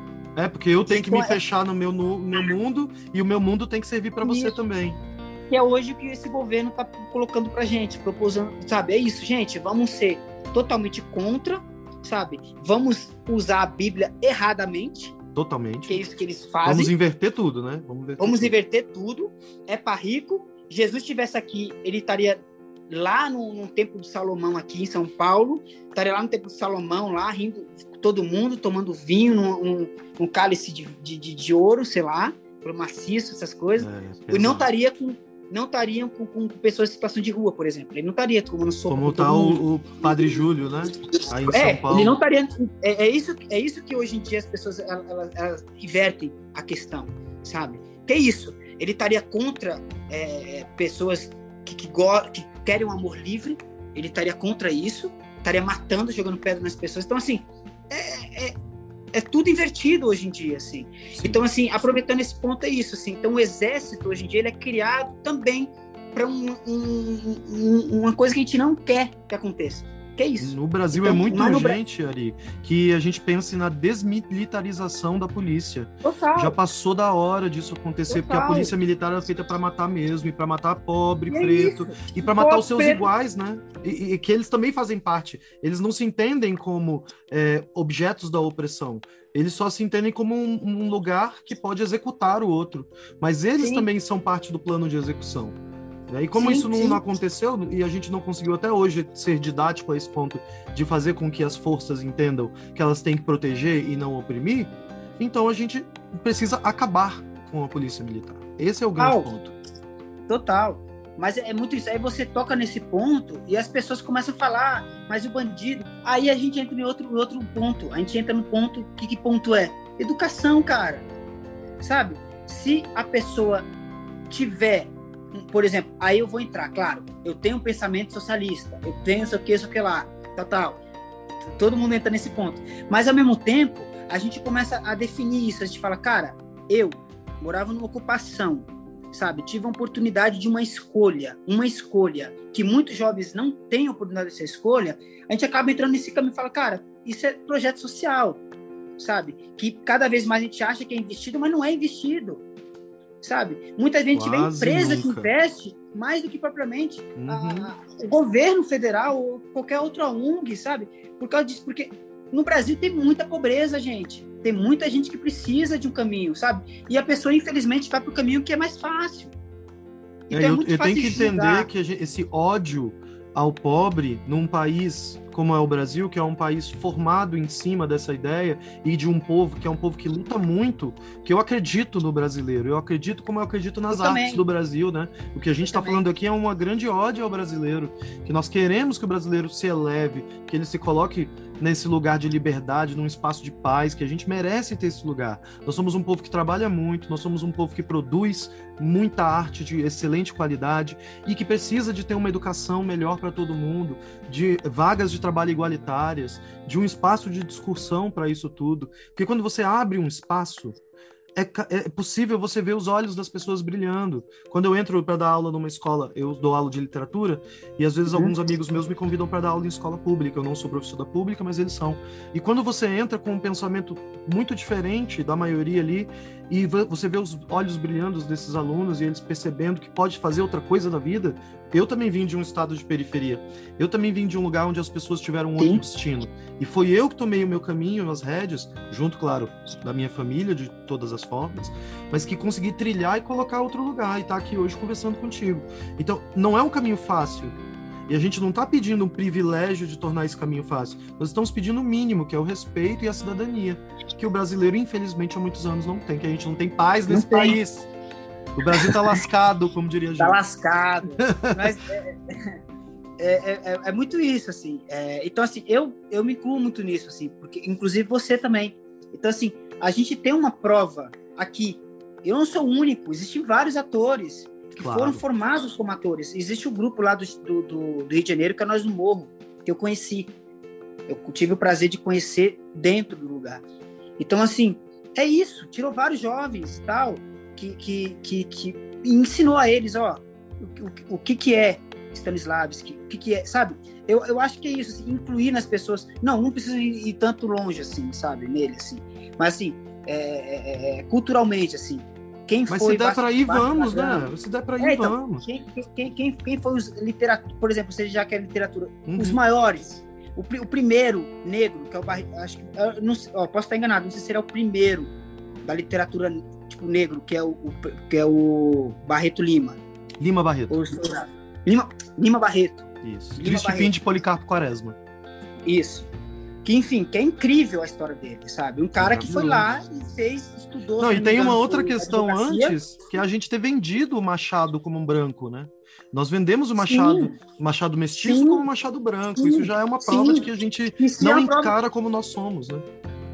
G: É, porque eu tenho que
H: então,
G: me é... fechar no meu, no meu mundo e o meu mundo tem que servir para você também.
H: Que é hoje que esse governo tá colocando pra gente, proposando, sabe? É isso, gente, vamos ser totalmente contra, sabe? Vamos usar a Bíblia erradamente.
G: Totalmente.
H: Que é isso que eles fazem.
G: Vamos inverter tudo, né? Vamos, inverter
H: vamos
G: tudo.
H: inverter tudo. É para rico. Jesus estivesse aqui, ele estaria lá no, no Templo de Salomão, aqui em São Paulo. Estaria lá no Templo de Salomão, lá rindo todo mundo, tomando vinho num, num, num cálice de, de, de ouro, sei lá, maciço, essas coisas. É, e não estaria com não estariam com, com pessoas em situação de rua, por exemplo. Ele não estaria tomando sopa.
G: Como está o, o Padre Júlio, né? Aí em
H: é,
G: São Paulo.
H: Ele não estaria. É, é, isso, é isso que hoje em dia as pessoas elas, elas, elas invertem a questão, sabe? Que é isso. Ele estaria contra é, pessoas que, que, go- que querem um amor livre. Ele estaria contra isso. Estaria matando, jogando pedra nas pessoas. Então, assim, é, é, é tudo invertido hoje em dia, assim. Sim. Então, assim, aproveitando esse ponto é isso, assim. Então, o exército, hoje em dia, ele é criado também para um, um, um, uma coisa que a gente não quer que aconteça. Que é isso.
G: No Brasil então, é muito urgente, Bra... Ari, que a gente pense na desmilitarização da polícia.
H: Total.
G: Já passou da hora disso acontecer, Total. Porque a polícia militar era feita para matar mesmo, e para matar pobre, e preto, é e para matar Pô, os seus preto. iguais, né? E, e que eles também fazem parte. Eles não se entendem como é, objetos da opressão. Eles só se entendem como um, um lugar que pode executar o outro. Mas eles Sim. também são parte do plano de execução. E como
H: sim,
G: isso não,
H: sim.
G: não aconteceu, e a gente não conseguiu até hoje ser didático a esse ponto de fazer com que as forças entendam que elas têm que proteger e não oprimir, então a gente precisa acabar com a polícia militar. Esse é o grande
H: Ah,
G: ponto.
H: Total. Mas é muito isso. Aí você toca nesse ponto e as pessoas começam a falar, mas o bandido... Aí a gente entra em outro, outro ponto. A gente entra no ponto... Que, que ponto é? Educação, cara. Sabe? Se a pessoa tiver... Por exemplo, aí eu vou entrar, claro. Eu tenho um pensamento socialista. Eu tenho isso aqui, isso aqui lá. Tal, tal. Todo mundo entra nesse ponto. Mas, ao mesmo tempo, a gente começa a definir isso. A gente fala, cara, eu morava numa ocupação, sabe? Tive a oportunidade de uma escolha, uma escolha que muitos jovens não têm a oportunidade dessa escolha, a gente acaba entrando nesse caminho e fala, cara, isso é projeto social, sabe? Que cada vez mais a gente acha que é investido, mas não é investido, sabe? Muita gente vê empresa nunca. que investe mais do que propriamente uhum. a, a, o governo federal ou qualquer outra O N G, sabe? Por causa disso, porque no Brasil tem muita pobreza, gente. Tem muita gente que precisa de um caminho, sabe? E a pessoa, infelizmente, vai para o caminho que é mais fácil.
G: Então, é, eu, é muito eu fácil tenho que entender que gente, esse ódio ao pobre num país como é o Brasil, que é um país formado em cima dessa ideia e de um povo que é um povo que luta muito, que eu acredito no brasileiro, eu acredito como eu acredito nas eu artes também. do Brasil, né? O que a gente está falando aqui é uma grande ódio ao brasileiro, que nós queremos que o brasileiro se eleve, que ele se coloque nesse lugar de liberdade, num espaço de paz, que a gente merece ter esse lugar. Nós somos um povo que trabalha muito, nós somos um povo que produz muita arte de excelente qualidade e que precisa de ter uma educação melhor para todo mundo, de vagas de trabalho igualitárias, de um espaço de discussão para isso tudo. Porque quando você abre um espaço, é, é possível você ver os olhos das pessoas brilhando. Quando eu entro para dar aula numa escola, eu dou aula de literatura, e às vezes uhum. alguns amigos meus me convidam para dar aula em escola pública. Eu não sou professor da pública, mas eles são. E quando você entra com um pensamento muito diferente da maioria ali, e você vê os olhos brilhando desses alunos e eles percebendo que pode fazer outra coisa da vida. Eu também vim de um estado de periferia. Eu também vim de um lugar onde as pessoas tiveram um Sim. outro destino. E foi eu que tomei o meu caminho, as rédeas, junto, claro, da minha família, de todas as formas, mas que consegui trilhar e colocar outro lugar e estar aqui hoje conversando contigo. Então, não é um caminho fácil. E a gente não está pedindo um privilégio de tornar esse caminho fácil. Nós estamos pedindo o mínimo, que é o respeito e a cidadania, que o brasileiro, infelizmente, há muitos anos não tem, que a gente não tem paz nesse não país. Tem. O Brasil está lascado, como diria a gente. Está
H: lascado. Mas é, é, é, é muito isso, assim. É, então, assim, eu, eu me incluo muito nisso, assim, porque, inclusive, você também. Então, assim, a gente tem uma prova aqui. Eu não sou o único, existem vários atores que claro. foram formados como atores. Existe um grupo lá do, do, do Rio de Janeiro, que é Nós no Morro, que eu conheci. Eu tive o prazer de conhecer dentro do lugar. Então, assim, é isso. Tirou vários jovens e tal, que, que, que, que ensinou a eles, ó, o, o, o que, que é Stanislavski, o que, que é, sabe? Eu, eu acho que é isso, assim, incluir nas pessoas. Não, não precisa ir, ir tanto longe, assim, sabe, nele, assim. Mas, assim, é, é, é, culturalmente, assim, quem
G: Mas
H: foi...
G: se der para ir, vamos, né? Se der para ir,
H: é, então,
G: vamos.
H: Quem, quem, quem, quem foi os literatura, por exemplo, você já quer literatura,
G: uhum.
H: os maiores, o, o primeiro negro, que é o Barreto, acho que, não sei, ó, posso estar enganado, não sei se ele é o primeiro da literatura, tipo, negro, que é o, o que é o Barreto Lima.
G: Lima Barreto.
H: Ou, Lima, Lima Barreto.
G: Isso. Triste fim de Policarpo Quaresma.
H: Isso. Que, enfim, que é incrível a história dele, sabe? Um cara que foi lá e fez, estudou...
G: Não, e tem uma outra questão antes, que é a gente ter vendido o Machado como um branco, né? Nós vendemos o Machado, Sim. Machado mestiço Sim. como Machado branco. Sim. Isso já é uma prova Sim. de que a gente Isso não é encara prova... como nós somos, né?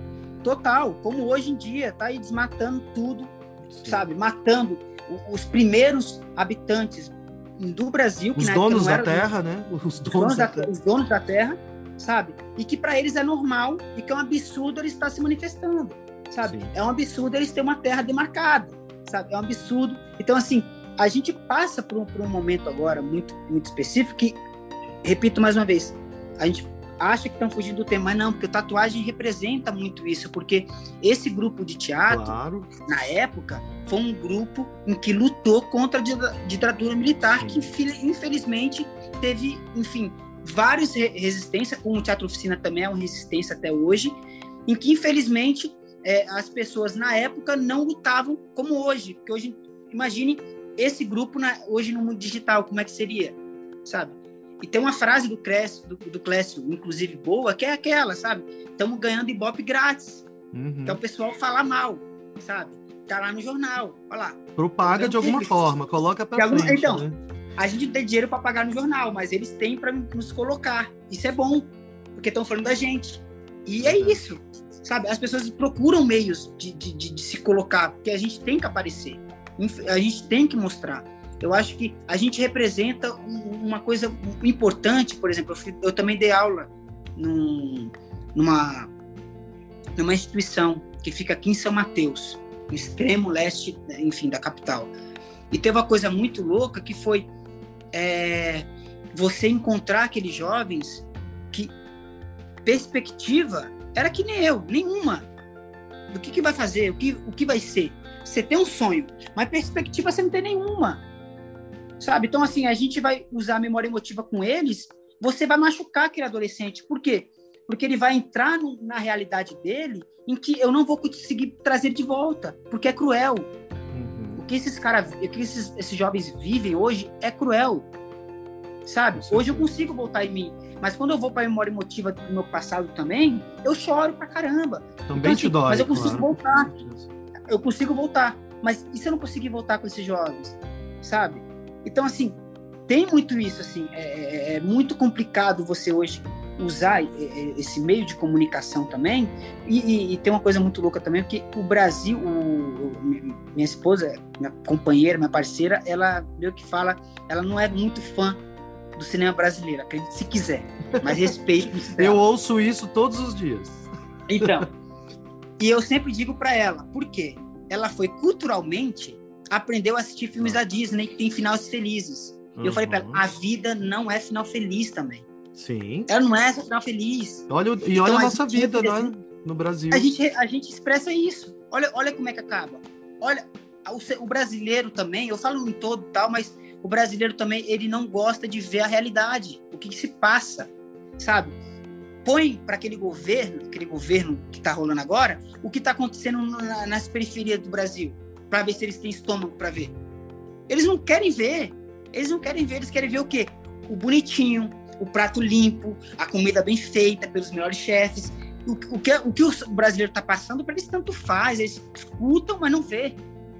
H: Total. Como hoje em dia, tá aí desmatando tudo, Sim. sabe? Matando os primeiros habitantes do Brasil. Que
G: os donos da terra, né?
H: Os donos da, os donos da terra. Sabe? E que para eles é normal e que é um absurdo eles estar se manifestando, sabe? Sim. É um absurdo eles terem uma terra demarcada, sabe? É um absurdo. Então, assim, a gente passa por um, por um momento agora muito, muito específico que, repito mais uma vez, a gente acha que estão fugindo do tema, mas não, porque a tatuagem representa muito isso, porque esse grupo de teatro, claro. na época, foi um grupo em que lutou contra a ditadura militar, Sim. que infelizmente teve, enfim... várias resistências, como o Teatro Oficina também é uma resistência até hoje, em que, infelizmente, é, as pessoas na época não lutavam como hoje. Porque hoje, imagine esse grupo na, hoje no mundo digital, como é que seria, sabe? E tem uma frase do Clécio, do, do Clécio, inclusive boa, que é aquela, sabe? Estamos ganhando Ibope grátis. Uhum. Que é o pessoal falar mal, sabe? Tá lá no jornal, olha lá.
G: Propaga de alguma forma, coloca pra
H: alguma,
G: frente,
H: então,
G: né?
H: A gente tem dinheiro para pagar no jornal, mas eles têm para nos colocar. Isso é bom, porque estão falando da gente. E é isso, sabe? As pessoas procuram meios de, de, de, de se colocar, porque a gente tem que aparecer. A gente tem que mostrar. Eu acho que a gente representa uma coisa importante. Por exemplo, eu, eu também dei aula num, numa, numa instituição que fica aqui em São Mateus, no extremo leste, enfim, da capital. E teve uma coisa muito louca que foi é, você encontrar aqueles jovens que perspectiva era que nem eu, nenhuma. Do que, que vai fazer, o que, o que vai ser. Você tem um sonho, mas perspectiva você não tem nenhuma. Sabe? Então, assim, a gente vai usar a memória emotiva com eles, você vai machucar aquele adolescente. Por quê? Porque ele vai entrar no, na realidade dele em que eu não vou conseguir trazer de volta, porque é cruel. Uhum. O que esses caras, o que esses, esses jovens vivem hoje é cruel. Sabe? Hoje eu consigo voltar em mim, mas quando eu vou para a memória emotiva do meu passado também, eu choro pra caramba.
G: Também
H: então, assim,
G: te dói.
H: Mas eu consigo
G: claro.
H: voltar. Eu consigo voltar. Mas e se eu não conseguir voltar com esses jovens? Sabe? Então, assim, tem muito isso, assim, é, é muito complicado você hoje usar esse meio de comunicação também, e, e, e tem uma coisa muito louca também, porque o Brasil, o, o, minha esposa, minha companheira, minha parceira, ela meio que fala, ela não é muito fã do cinema brasileiro, acredite se quiser, mas respeito.
G: Eu ouço isso todos os dias.
H: Então, e eu sempre digo pra ela, por quê? Ela foi culturalmente, aprendeu a assistir filmes da Disney que tem finais felizes. Uhum. Eu falei pra ela, a vida não é final feliz também.
G: Sim.
H: Ela não é final feliz.
G: Olha, e
H: então,
G: olha a
H: a
G: nossa vida,
H: assim,
G: né? No Brasil.
H: A gente, a gente expressa isso. Olha, olha como é que acaba. Olha, o, o brasileiro também, eu falo em todo tal, mas o brasileiro também, ele não gosta de ver a realidade, o que, que se passa, sabe? Põe para aquele governo, aquele governo que está rolando agora, o que está acontecendo na, nas periferias do Brasil, para ver se eles têm estômago para ver. Eles não querem ver. Eles não querem ver, eles querem ver o quê? O bonitinho, o prato limpo, a comida bem feita pelos melhores chefes. O, o, que, o que o brasileiro está passando, para eles tanto faz, eles escutam, mas não vê.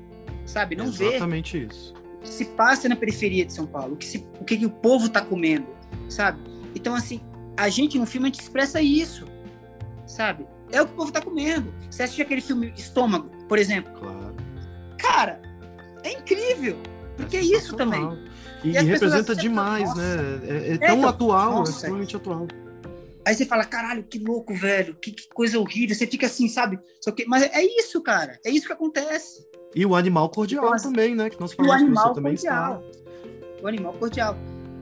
H: Sabe? Não vê.
G: Exatamente isso.
H: O que se passa na periferia de São Paulo, o que, se, o, que, que o povo está comendo, sabe? Então, assim, a gente no filme, a gente expressa isso, sabe? É o que o povo está comendo. Você assiste aquele filme Estômago, por exemplo.
G: Claro.
H: Cara, é incrível. Porque é, é isso também.
G: E, e, e representa demais, falam, né? É, é tão é, atual, nossa, é extremamente atual.
H: Aí você fala, caralho, que louco, velho. Que, que coisa horrível. Você fica assim, sabe? Só que, mas é isso, cara. É isso que acontece.
G: E o animal cordial então, também, né? Que nós falamos
H: o animal
G: que você também
H: cordial. Está. O animal cordial.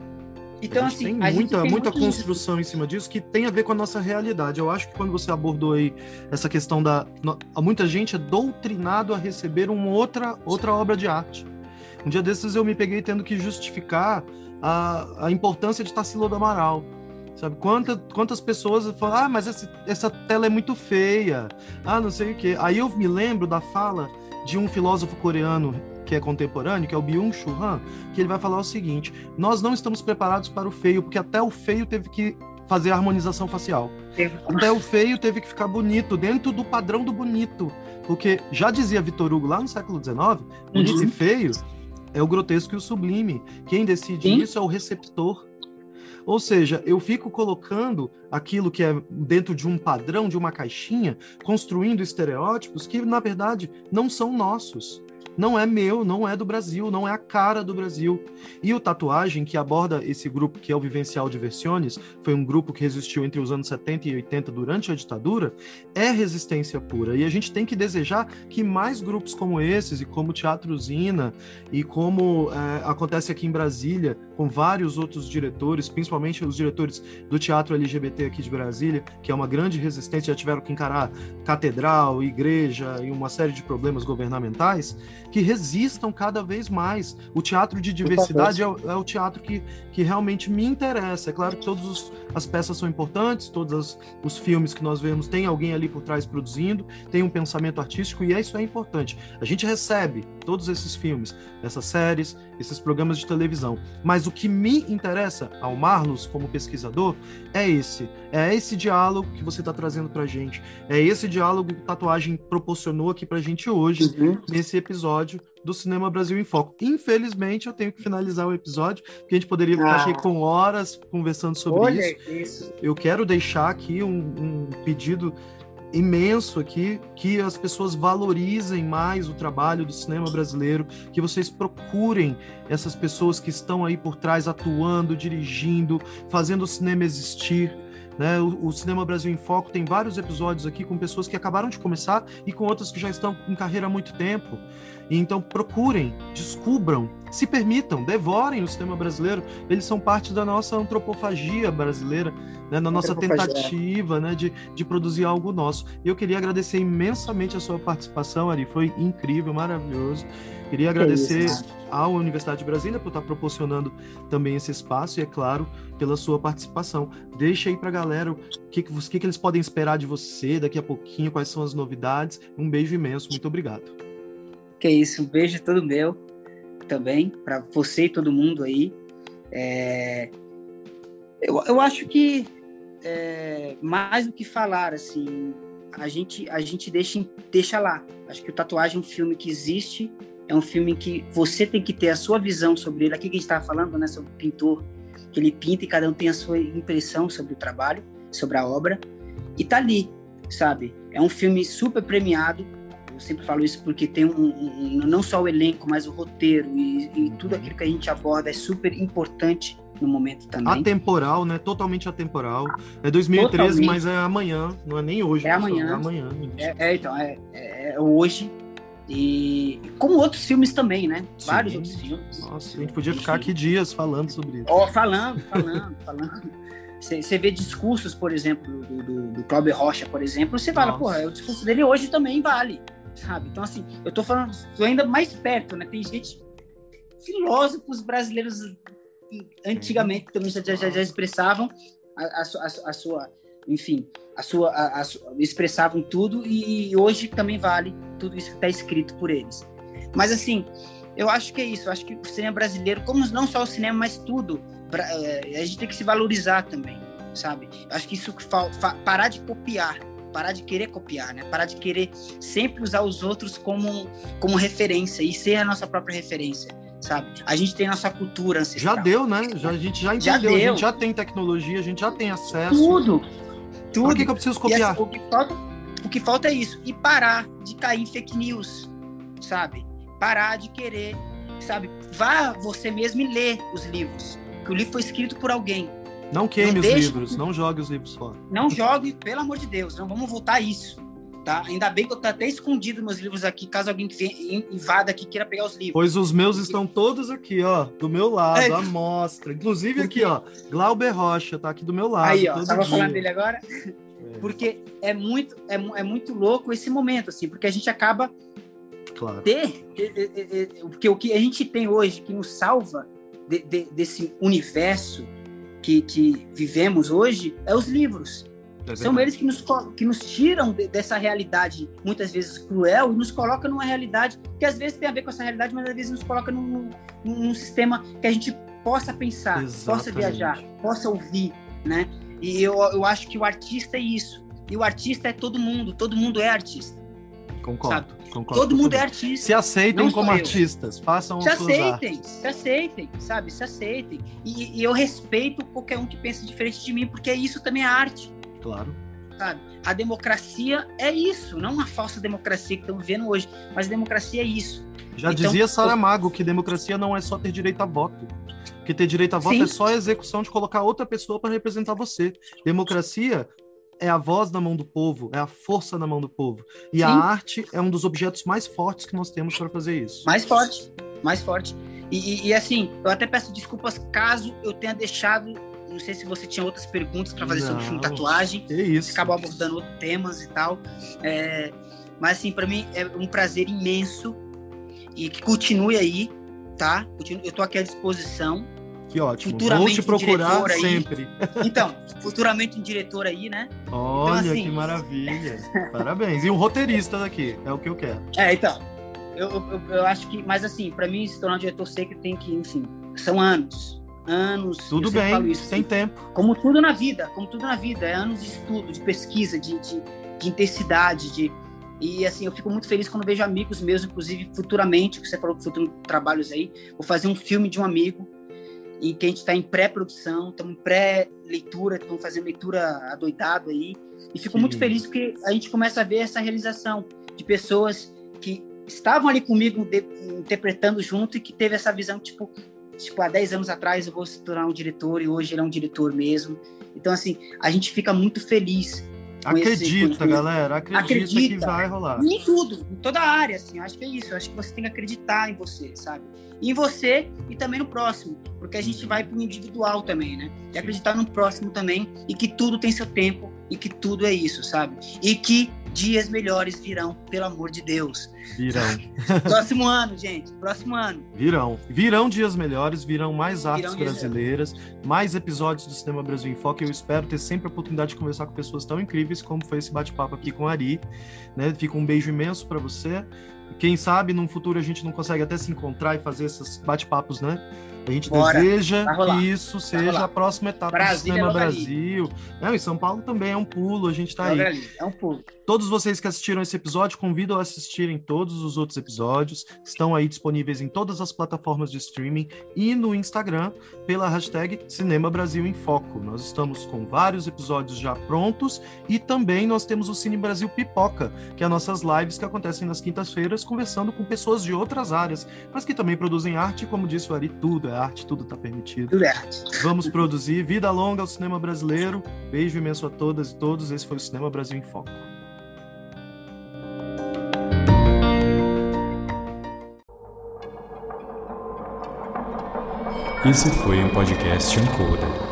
H: Então,
G: a gente
H: assim,
G: tem
H: a
G: muita,
H: gente tem
G: muita
H: muito
G: construção
H: isso.
G: em cima disso que tem a ver com a nossa realidade. Eu acho que quando você abordou aí essa questão da... Muita gente é doutrinado a receber uma outra, outra obra de arte. Um dia desses eu me peguei tendo que justificar a, a importância de Tarsila do Amaral. Sabe? Quanta, quantas pessoas falam, ah, mas essa, essa tela é muito feia. Ah, não sei o quê. Aí eu me lembro da fala de um filósofo coreano que é contemporâneo, que é o Byung-Chul Han, que ele vai falar o seguinte: nós não estamos preparados para o feio, porque até o feio teve que fazer a harmonização facial. Até o feio teve que ficar bonito, dentro do padrão do bonito. Porque, já dizia Vitor Hugo lá no século dezenove, bonito uhum. e feio é o grotesco e o sublime. Quem decide Sim. isso é o receptor. Ou seja, eu fico colocando aquilo que é dentro de um padrão, de uma caixinha, construindo estereótipos que, na verdade, não são nossos. Não é meu, não é do Brasil, não é a cara do Brasil. E o Tatuagem, que aborda esse grupo que é o Vivencial Diversiones, foi um grupo que resistiu entre os anos setenta e oitenta durante a ditadura, é resistência pura. E a gente tem que desejar que mais grupos como esses, e como o Teatro Usina, e como é, acontece aqui em Brasília, com vários outros diretores, principalmente os diretores do Teatro L G B T aqui de Brasília, que é uma grande resistência, já tiveram que encarar catedral, igreja e uma série de problemas governamentais, que resistam cada vez mais. O teatro de diversidade é, é o teatro que, que realmente me interessa. É claro que todas as peças são importantes, todos os filmes que nós vemos tem alguém ali por trás produzindo, tem um pensamento artístico, e isso é importante. A gente recebe todos esses filmes, essas séries, esses programas de televisão, mas o que me interessa, ao Marlos, como pesquisador, é esse, é esse diálogo que você está trazendo pra gente, é esse diálogo que a Tatuagem proporcionou aqui pra gente hoje, uhum. nesse episódio do Cinema Brasil em Foco. Infelizmente, eu tenho que finalizar o episódio, porque a gente poderia ficar ah. aqui com horas conversando sobre
H: Olha
G: isso.
H: isso.
G: Eu quero deixar aqui um, um pedido imenso aqui, que as pessoas valorizem mais o trabalho do cinema brasileiro, que vocês procurem essas pessoas que estão aí por trás, atuando, dirigindo, fazendo o cinema existir. Né? O, o Cinema Brasil em Foco tem vários episódios aqui com pessoas que acabaram de começar e com outras que já estão em carreira há muito tempo. E então procurem, descubram, se permitam, devorem o cinema brasileiro. Eles são parte da nossa antropofagia brasileira, né? Da nossa tentativa, né? de, de produzir algo nosso. E eu queria agradecer imensamente a sua participação, Ari, foi incrível, maravilhoso. Queria agradecer isso, à Universidade de Brasília por estar proporcionando também esse espaço e, é claro, pela sua participação. Deixa aí para a galera o que, que, que eles podem esperar de você daqui a pouquinho, quais são as novidades. Um beijo imenso, muito obrigado.
H: Que isso, um beijo todo meu também, para você e todo mundo aí. É... Eu, eu acho que, é, mais do que falar, assim, a gente, a gente deixa, deixa lá. Acho que o Tatuagem é um filme que existe, é um filme que você tem que ter a sua visão sobre ele. Aqui que a gente estava falando, né, sobre o pintor, que ele pinta e cada um tem a sua impressão sobre o trabalho, sobre a obra, e tá ali, sabe? É um filme super premiado. Eu sempre falo isso porque tem um, um, um não só o elenco, mas o roteiro e, e tudo aquilo que a gente aborda é super importante no momento também.
G: Atemporal, né? Totalmente atemporal. É dois mil e treze, totalmente. Mas é amanhã, não é nem hoje.
H: É amanhã.
G: É amanhã.
H: É, é, então, é, é hoje. E como outros filmes também, né? Sim. Vários outros filmes.
G: Nossa, a gente podia ficar aqui dias falando sobre isso.
H: Oh, falando, falando, falando. Você vê discursos, por exemplo, do, do, do Cláudio Rocha, por exemplo, você fala, pô, o discurso dele hoje também vale, sabe? Então, assim, eu tô falando, tô ainda mais perto, né? Tem gente, filósofos brasileiros antigamente também já, já, já expressavam a, a, a, a sua, enfim, a sua, a, a, expressavam tudo e hoje também vale tudo isso que está escrito por eles. Mas, assim, eu acho que é isso, eu acho que o cinema brasileiro, como não só o cinema, mas tudo, pra, é, a gente tem que se valorizar também, sabe? Eu acho que isso, fa, fa, parar de copiar, parar de querer copiar, né? Parar de querer sempre usar os outros como, como referência e ser a nossa própria referência, sabe? A gente tem nossa cultura ancestral.
G: Já deu, né? Já, a gente já entendeu, já a gente já tem tecnologia, a gente já tem acesso.
H: Tudo, tudo.
G: Por que, que eu preciso copiar?
H: Assim, o, que falta, o que falta é isso, e parar de cair em fake news, sabe? Parar de querer, sabe? Vá você mesmo e lê os livros, que o livro foi escrito por alguém.
G: Não queime não os deixe... livros, não jogue os livros fora.
H: Não jogue, pelo amor de Deus, não vamos voltar a isso, tá? Ainda bem que eu tô até escondido meus livros aqui, caso alguém invada aqui queira pegar os livros.
G: Pois os meus estão todos aqui, ó, do meu lado, é. à mostra. Inclusive aqui, ó, Glauber Rocha tá aqui do meu lado.
H: Aí, ó, tava dia. falando dele agora? É. Porque é muito, é, é muito louco esse momento, assim, porque a gente acaba
G: claro.
H: ter, porque o que a gente tem hoje que nos salva de, de, desse universo que, que vivemos hoje é os livros. É São eles que nos, que nos tiram de, dessa realidade, muitas vezes cruel, e nos colocam numa realidade que às vezes tem a ver com essa realidade, mas às vezes nos coloca num, num, num sistema que a gente possa pensar, Exatamente. possa viajar, possa ouvir, né? E eu, eu acho que o artista é isso. E o artista é todo mundo, todo mundo é artista.
G: Concordo, concordo.
H: Todo mundo é artista.
G: Se aceitem como artistas, façam
H: se
G: as suas
H: aceitem,
G: artes.
H: Se aceitem, sabe? Se aceitem. E, e eu respeito qualquer um que pense diferente de mim, porque isso também é arte.
G: Claro.
H: Sabe? A democracia é isso, não uma falsa democracia que estamos vendo hoje, mas a democracia é isso.
G: Já então, dizia Saramago que democracia não é só ter direito a voto. Que ter direito a voto
H: sim.
G: é só a execução de colocar outra pessoa para representar você. Democracia é a voz na mão do povo, é a força na mão do povo. E sim. a arte é um dos objetos mais fortes que nós temos para fazer isso.
H: Mais forte, mais forte. E, e, e assim, eu até peço desculpas caso eu tenha deixado... Não sei se você tinha outras perguntas para fazer não, sobre filme Tatuagem.
G: Que isso.
H: Acabou abordando outros temas e tal. É, mas, assim, para mim é um prazer imenso e que continue aí, tá? Eu tô aqui à disposição.
G: Que ótimo. Vou te procurar sempre.
H: Então, futuramente um diretor aí, né?
G: Olha, então, assim... que maravilha. Parabéns. E um roteirista daqui, é o que eu quero.
H: É, então. Eu, eu, eu acho que... Mas assim, pra mim, se tornar um diretor, sei que tem que, enfim, são anos. Anos.
G: Tudo bem, isso, tem
H: assim,
G: tempo.
H: Como tudo na vida, como tudo na vida. É anos de estudo, de pesquisa, de, de, de intensidade, de... E, assim, eu fico muito feliz quando vejo amigos meus, inclusive, futuramente, que você falou que futuros trabalhos aí, vou fazer um filme de um amigo, em que a gente está em pré-produção, estamos em pré-leitura, estamos fazendo leitura adoidado aí, e fico Sim. muito feliz porque a gente começa a ver essa realização de pessoas que estavam ali comigo de, interpretando junto e que teve essa visão, tipo, tipo, há dez anos atrás eu vou se tornar um diretor e hoje ele é um diretor mesmo. Então, assim, a gente fica muito feliz.
G: Acredita, esse, galera, acredita, acredita que vai rolar.
H: Em tudo, em toda a área, assim, eu acho que é isso, eu acho que você tem que acreditar em você, sabe? Em você e também no próximo, porque a gente vai pro individual também, né? E acreditar no próximo também, e que tudo tem seu tempo, e que tudo é isso, sabe? E que dias melhores virão, pelo amor de Deus.
G: Virão.
H: Próximo ano, gente, próximo ano.
G: Virão. Virão dias melhores, virão mais artes virão brasileiras, mais episódios do Cinema Brasil em Foco. Eu espero ter sempre a oportunidade de conversar com pessoas tão incríveis como foi esse bate-papo aqui com a Ari, né? Fica um beijo imenso para você. Quem sabe, num futuro, a gente não consegue até se encontrar e fazer esses bate-papos, né? A gente Bora. deseja que isso seja a próxima etapa Brasília, do Cinema Brasil. Não, em São Paulo também é um pulo, a gente tá aí.
H: Ali. É um pulo.
G: Todos vocês que assistiram esse episódio, convido a assistirem todos os outros episódios. Estão aí disponíveis em todas as plataformas de streaming e no Instagram pela hashtag Cinema Brasil em Foco. Nós estamos com vários episódios já prontos e também nós temos o Cine Brasil Pipoca, que é nossas lives que acontecem nas quintas-feiras, conversando com pessoas de outras áreas, mas que também produzem arte, como disse o Ari, tudo é arte, tudo está permitido.
H: Tudo é arte.
G: Vamos produzir. Vida longa ao cinema brasileiro. Beijo imenso a todas e todos. Esse foi o Cinema Brasil em Foco.
E: Esse foi um podcast Uncoder.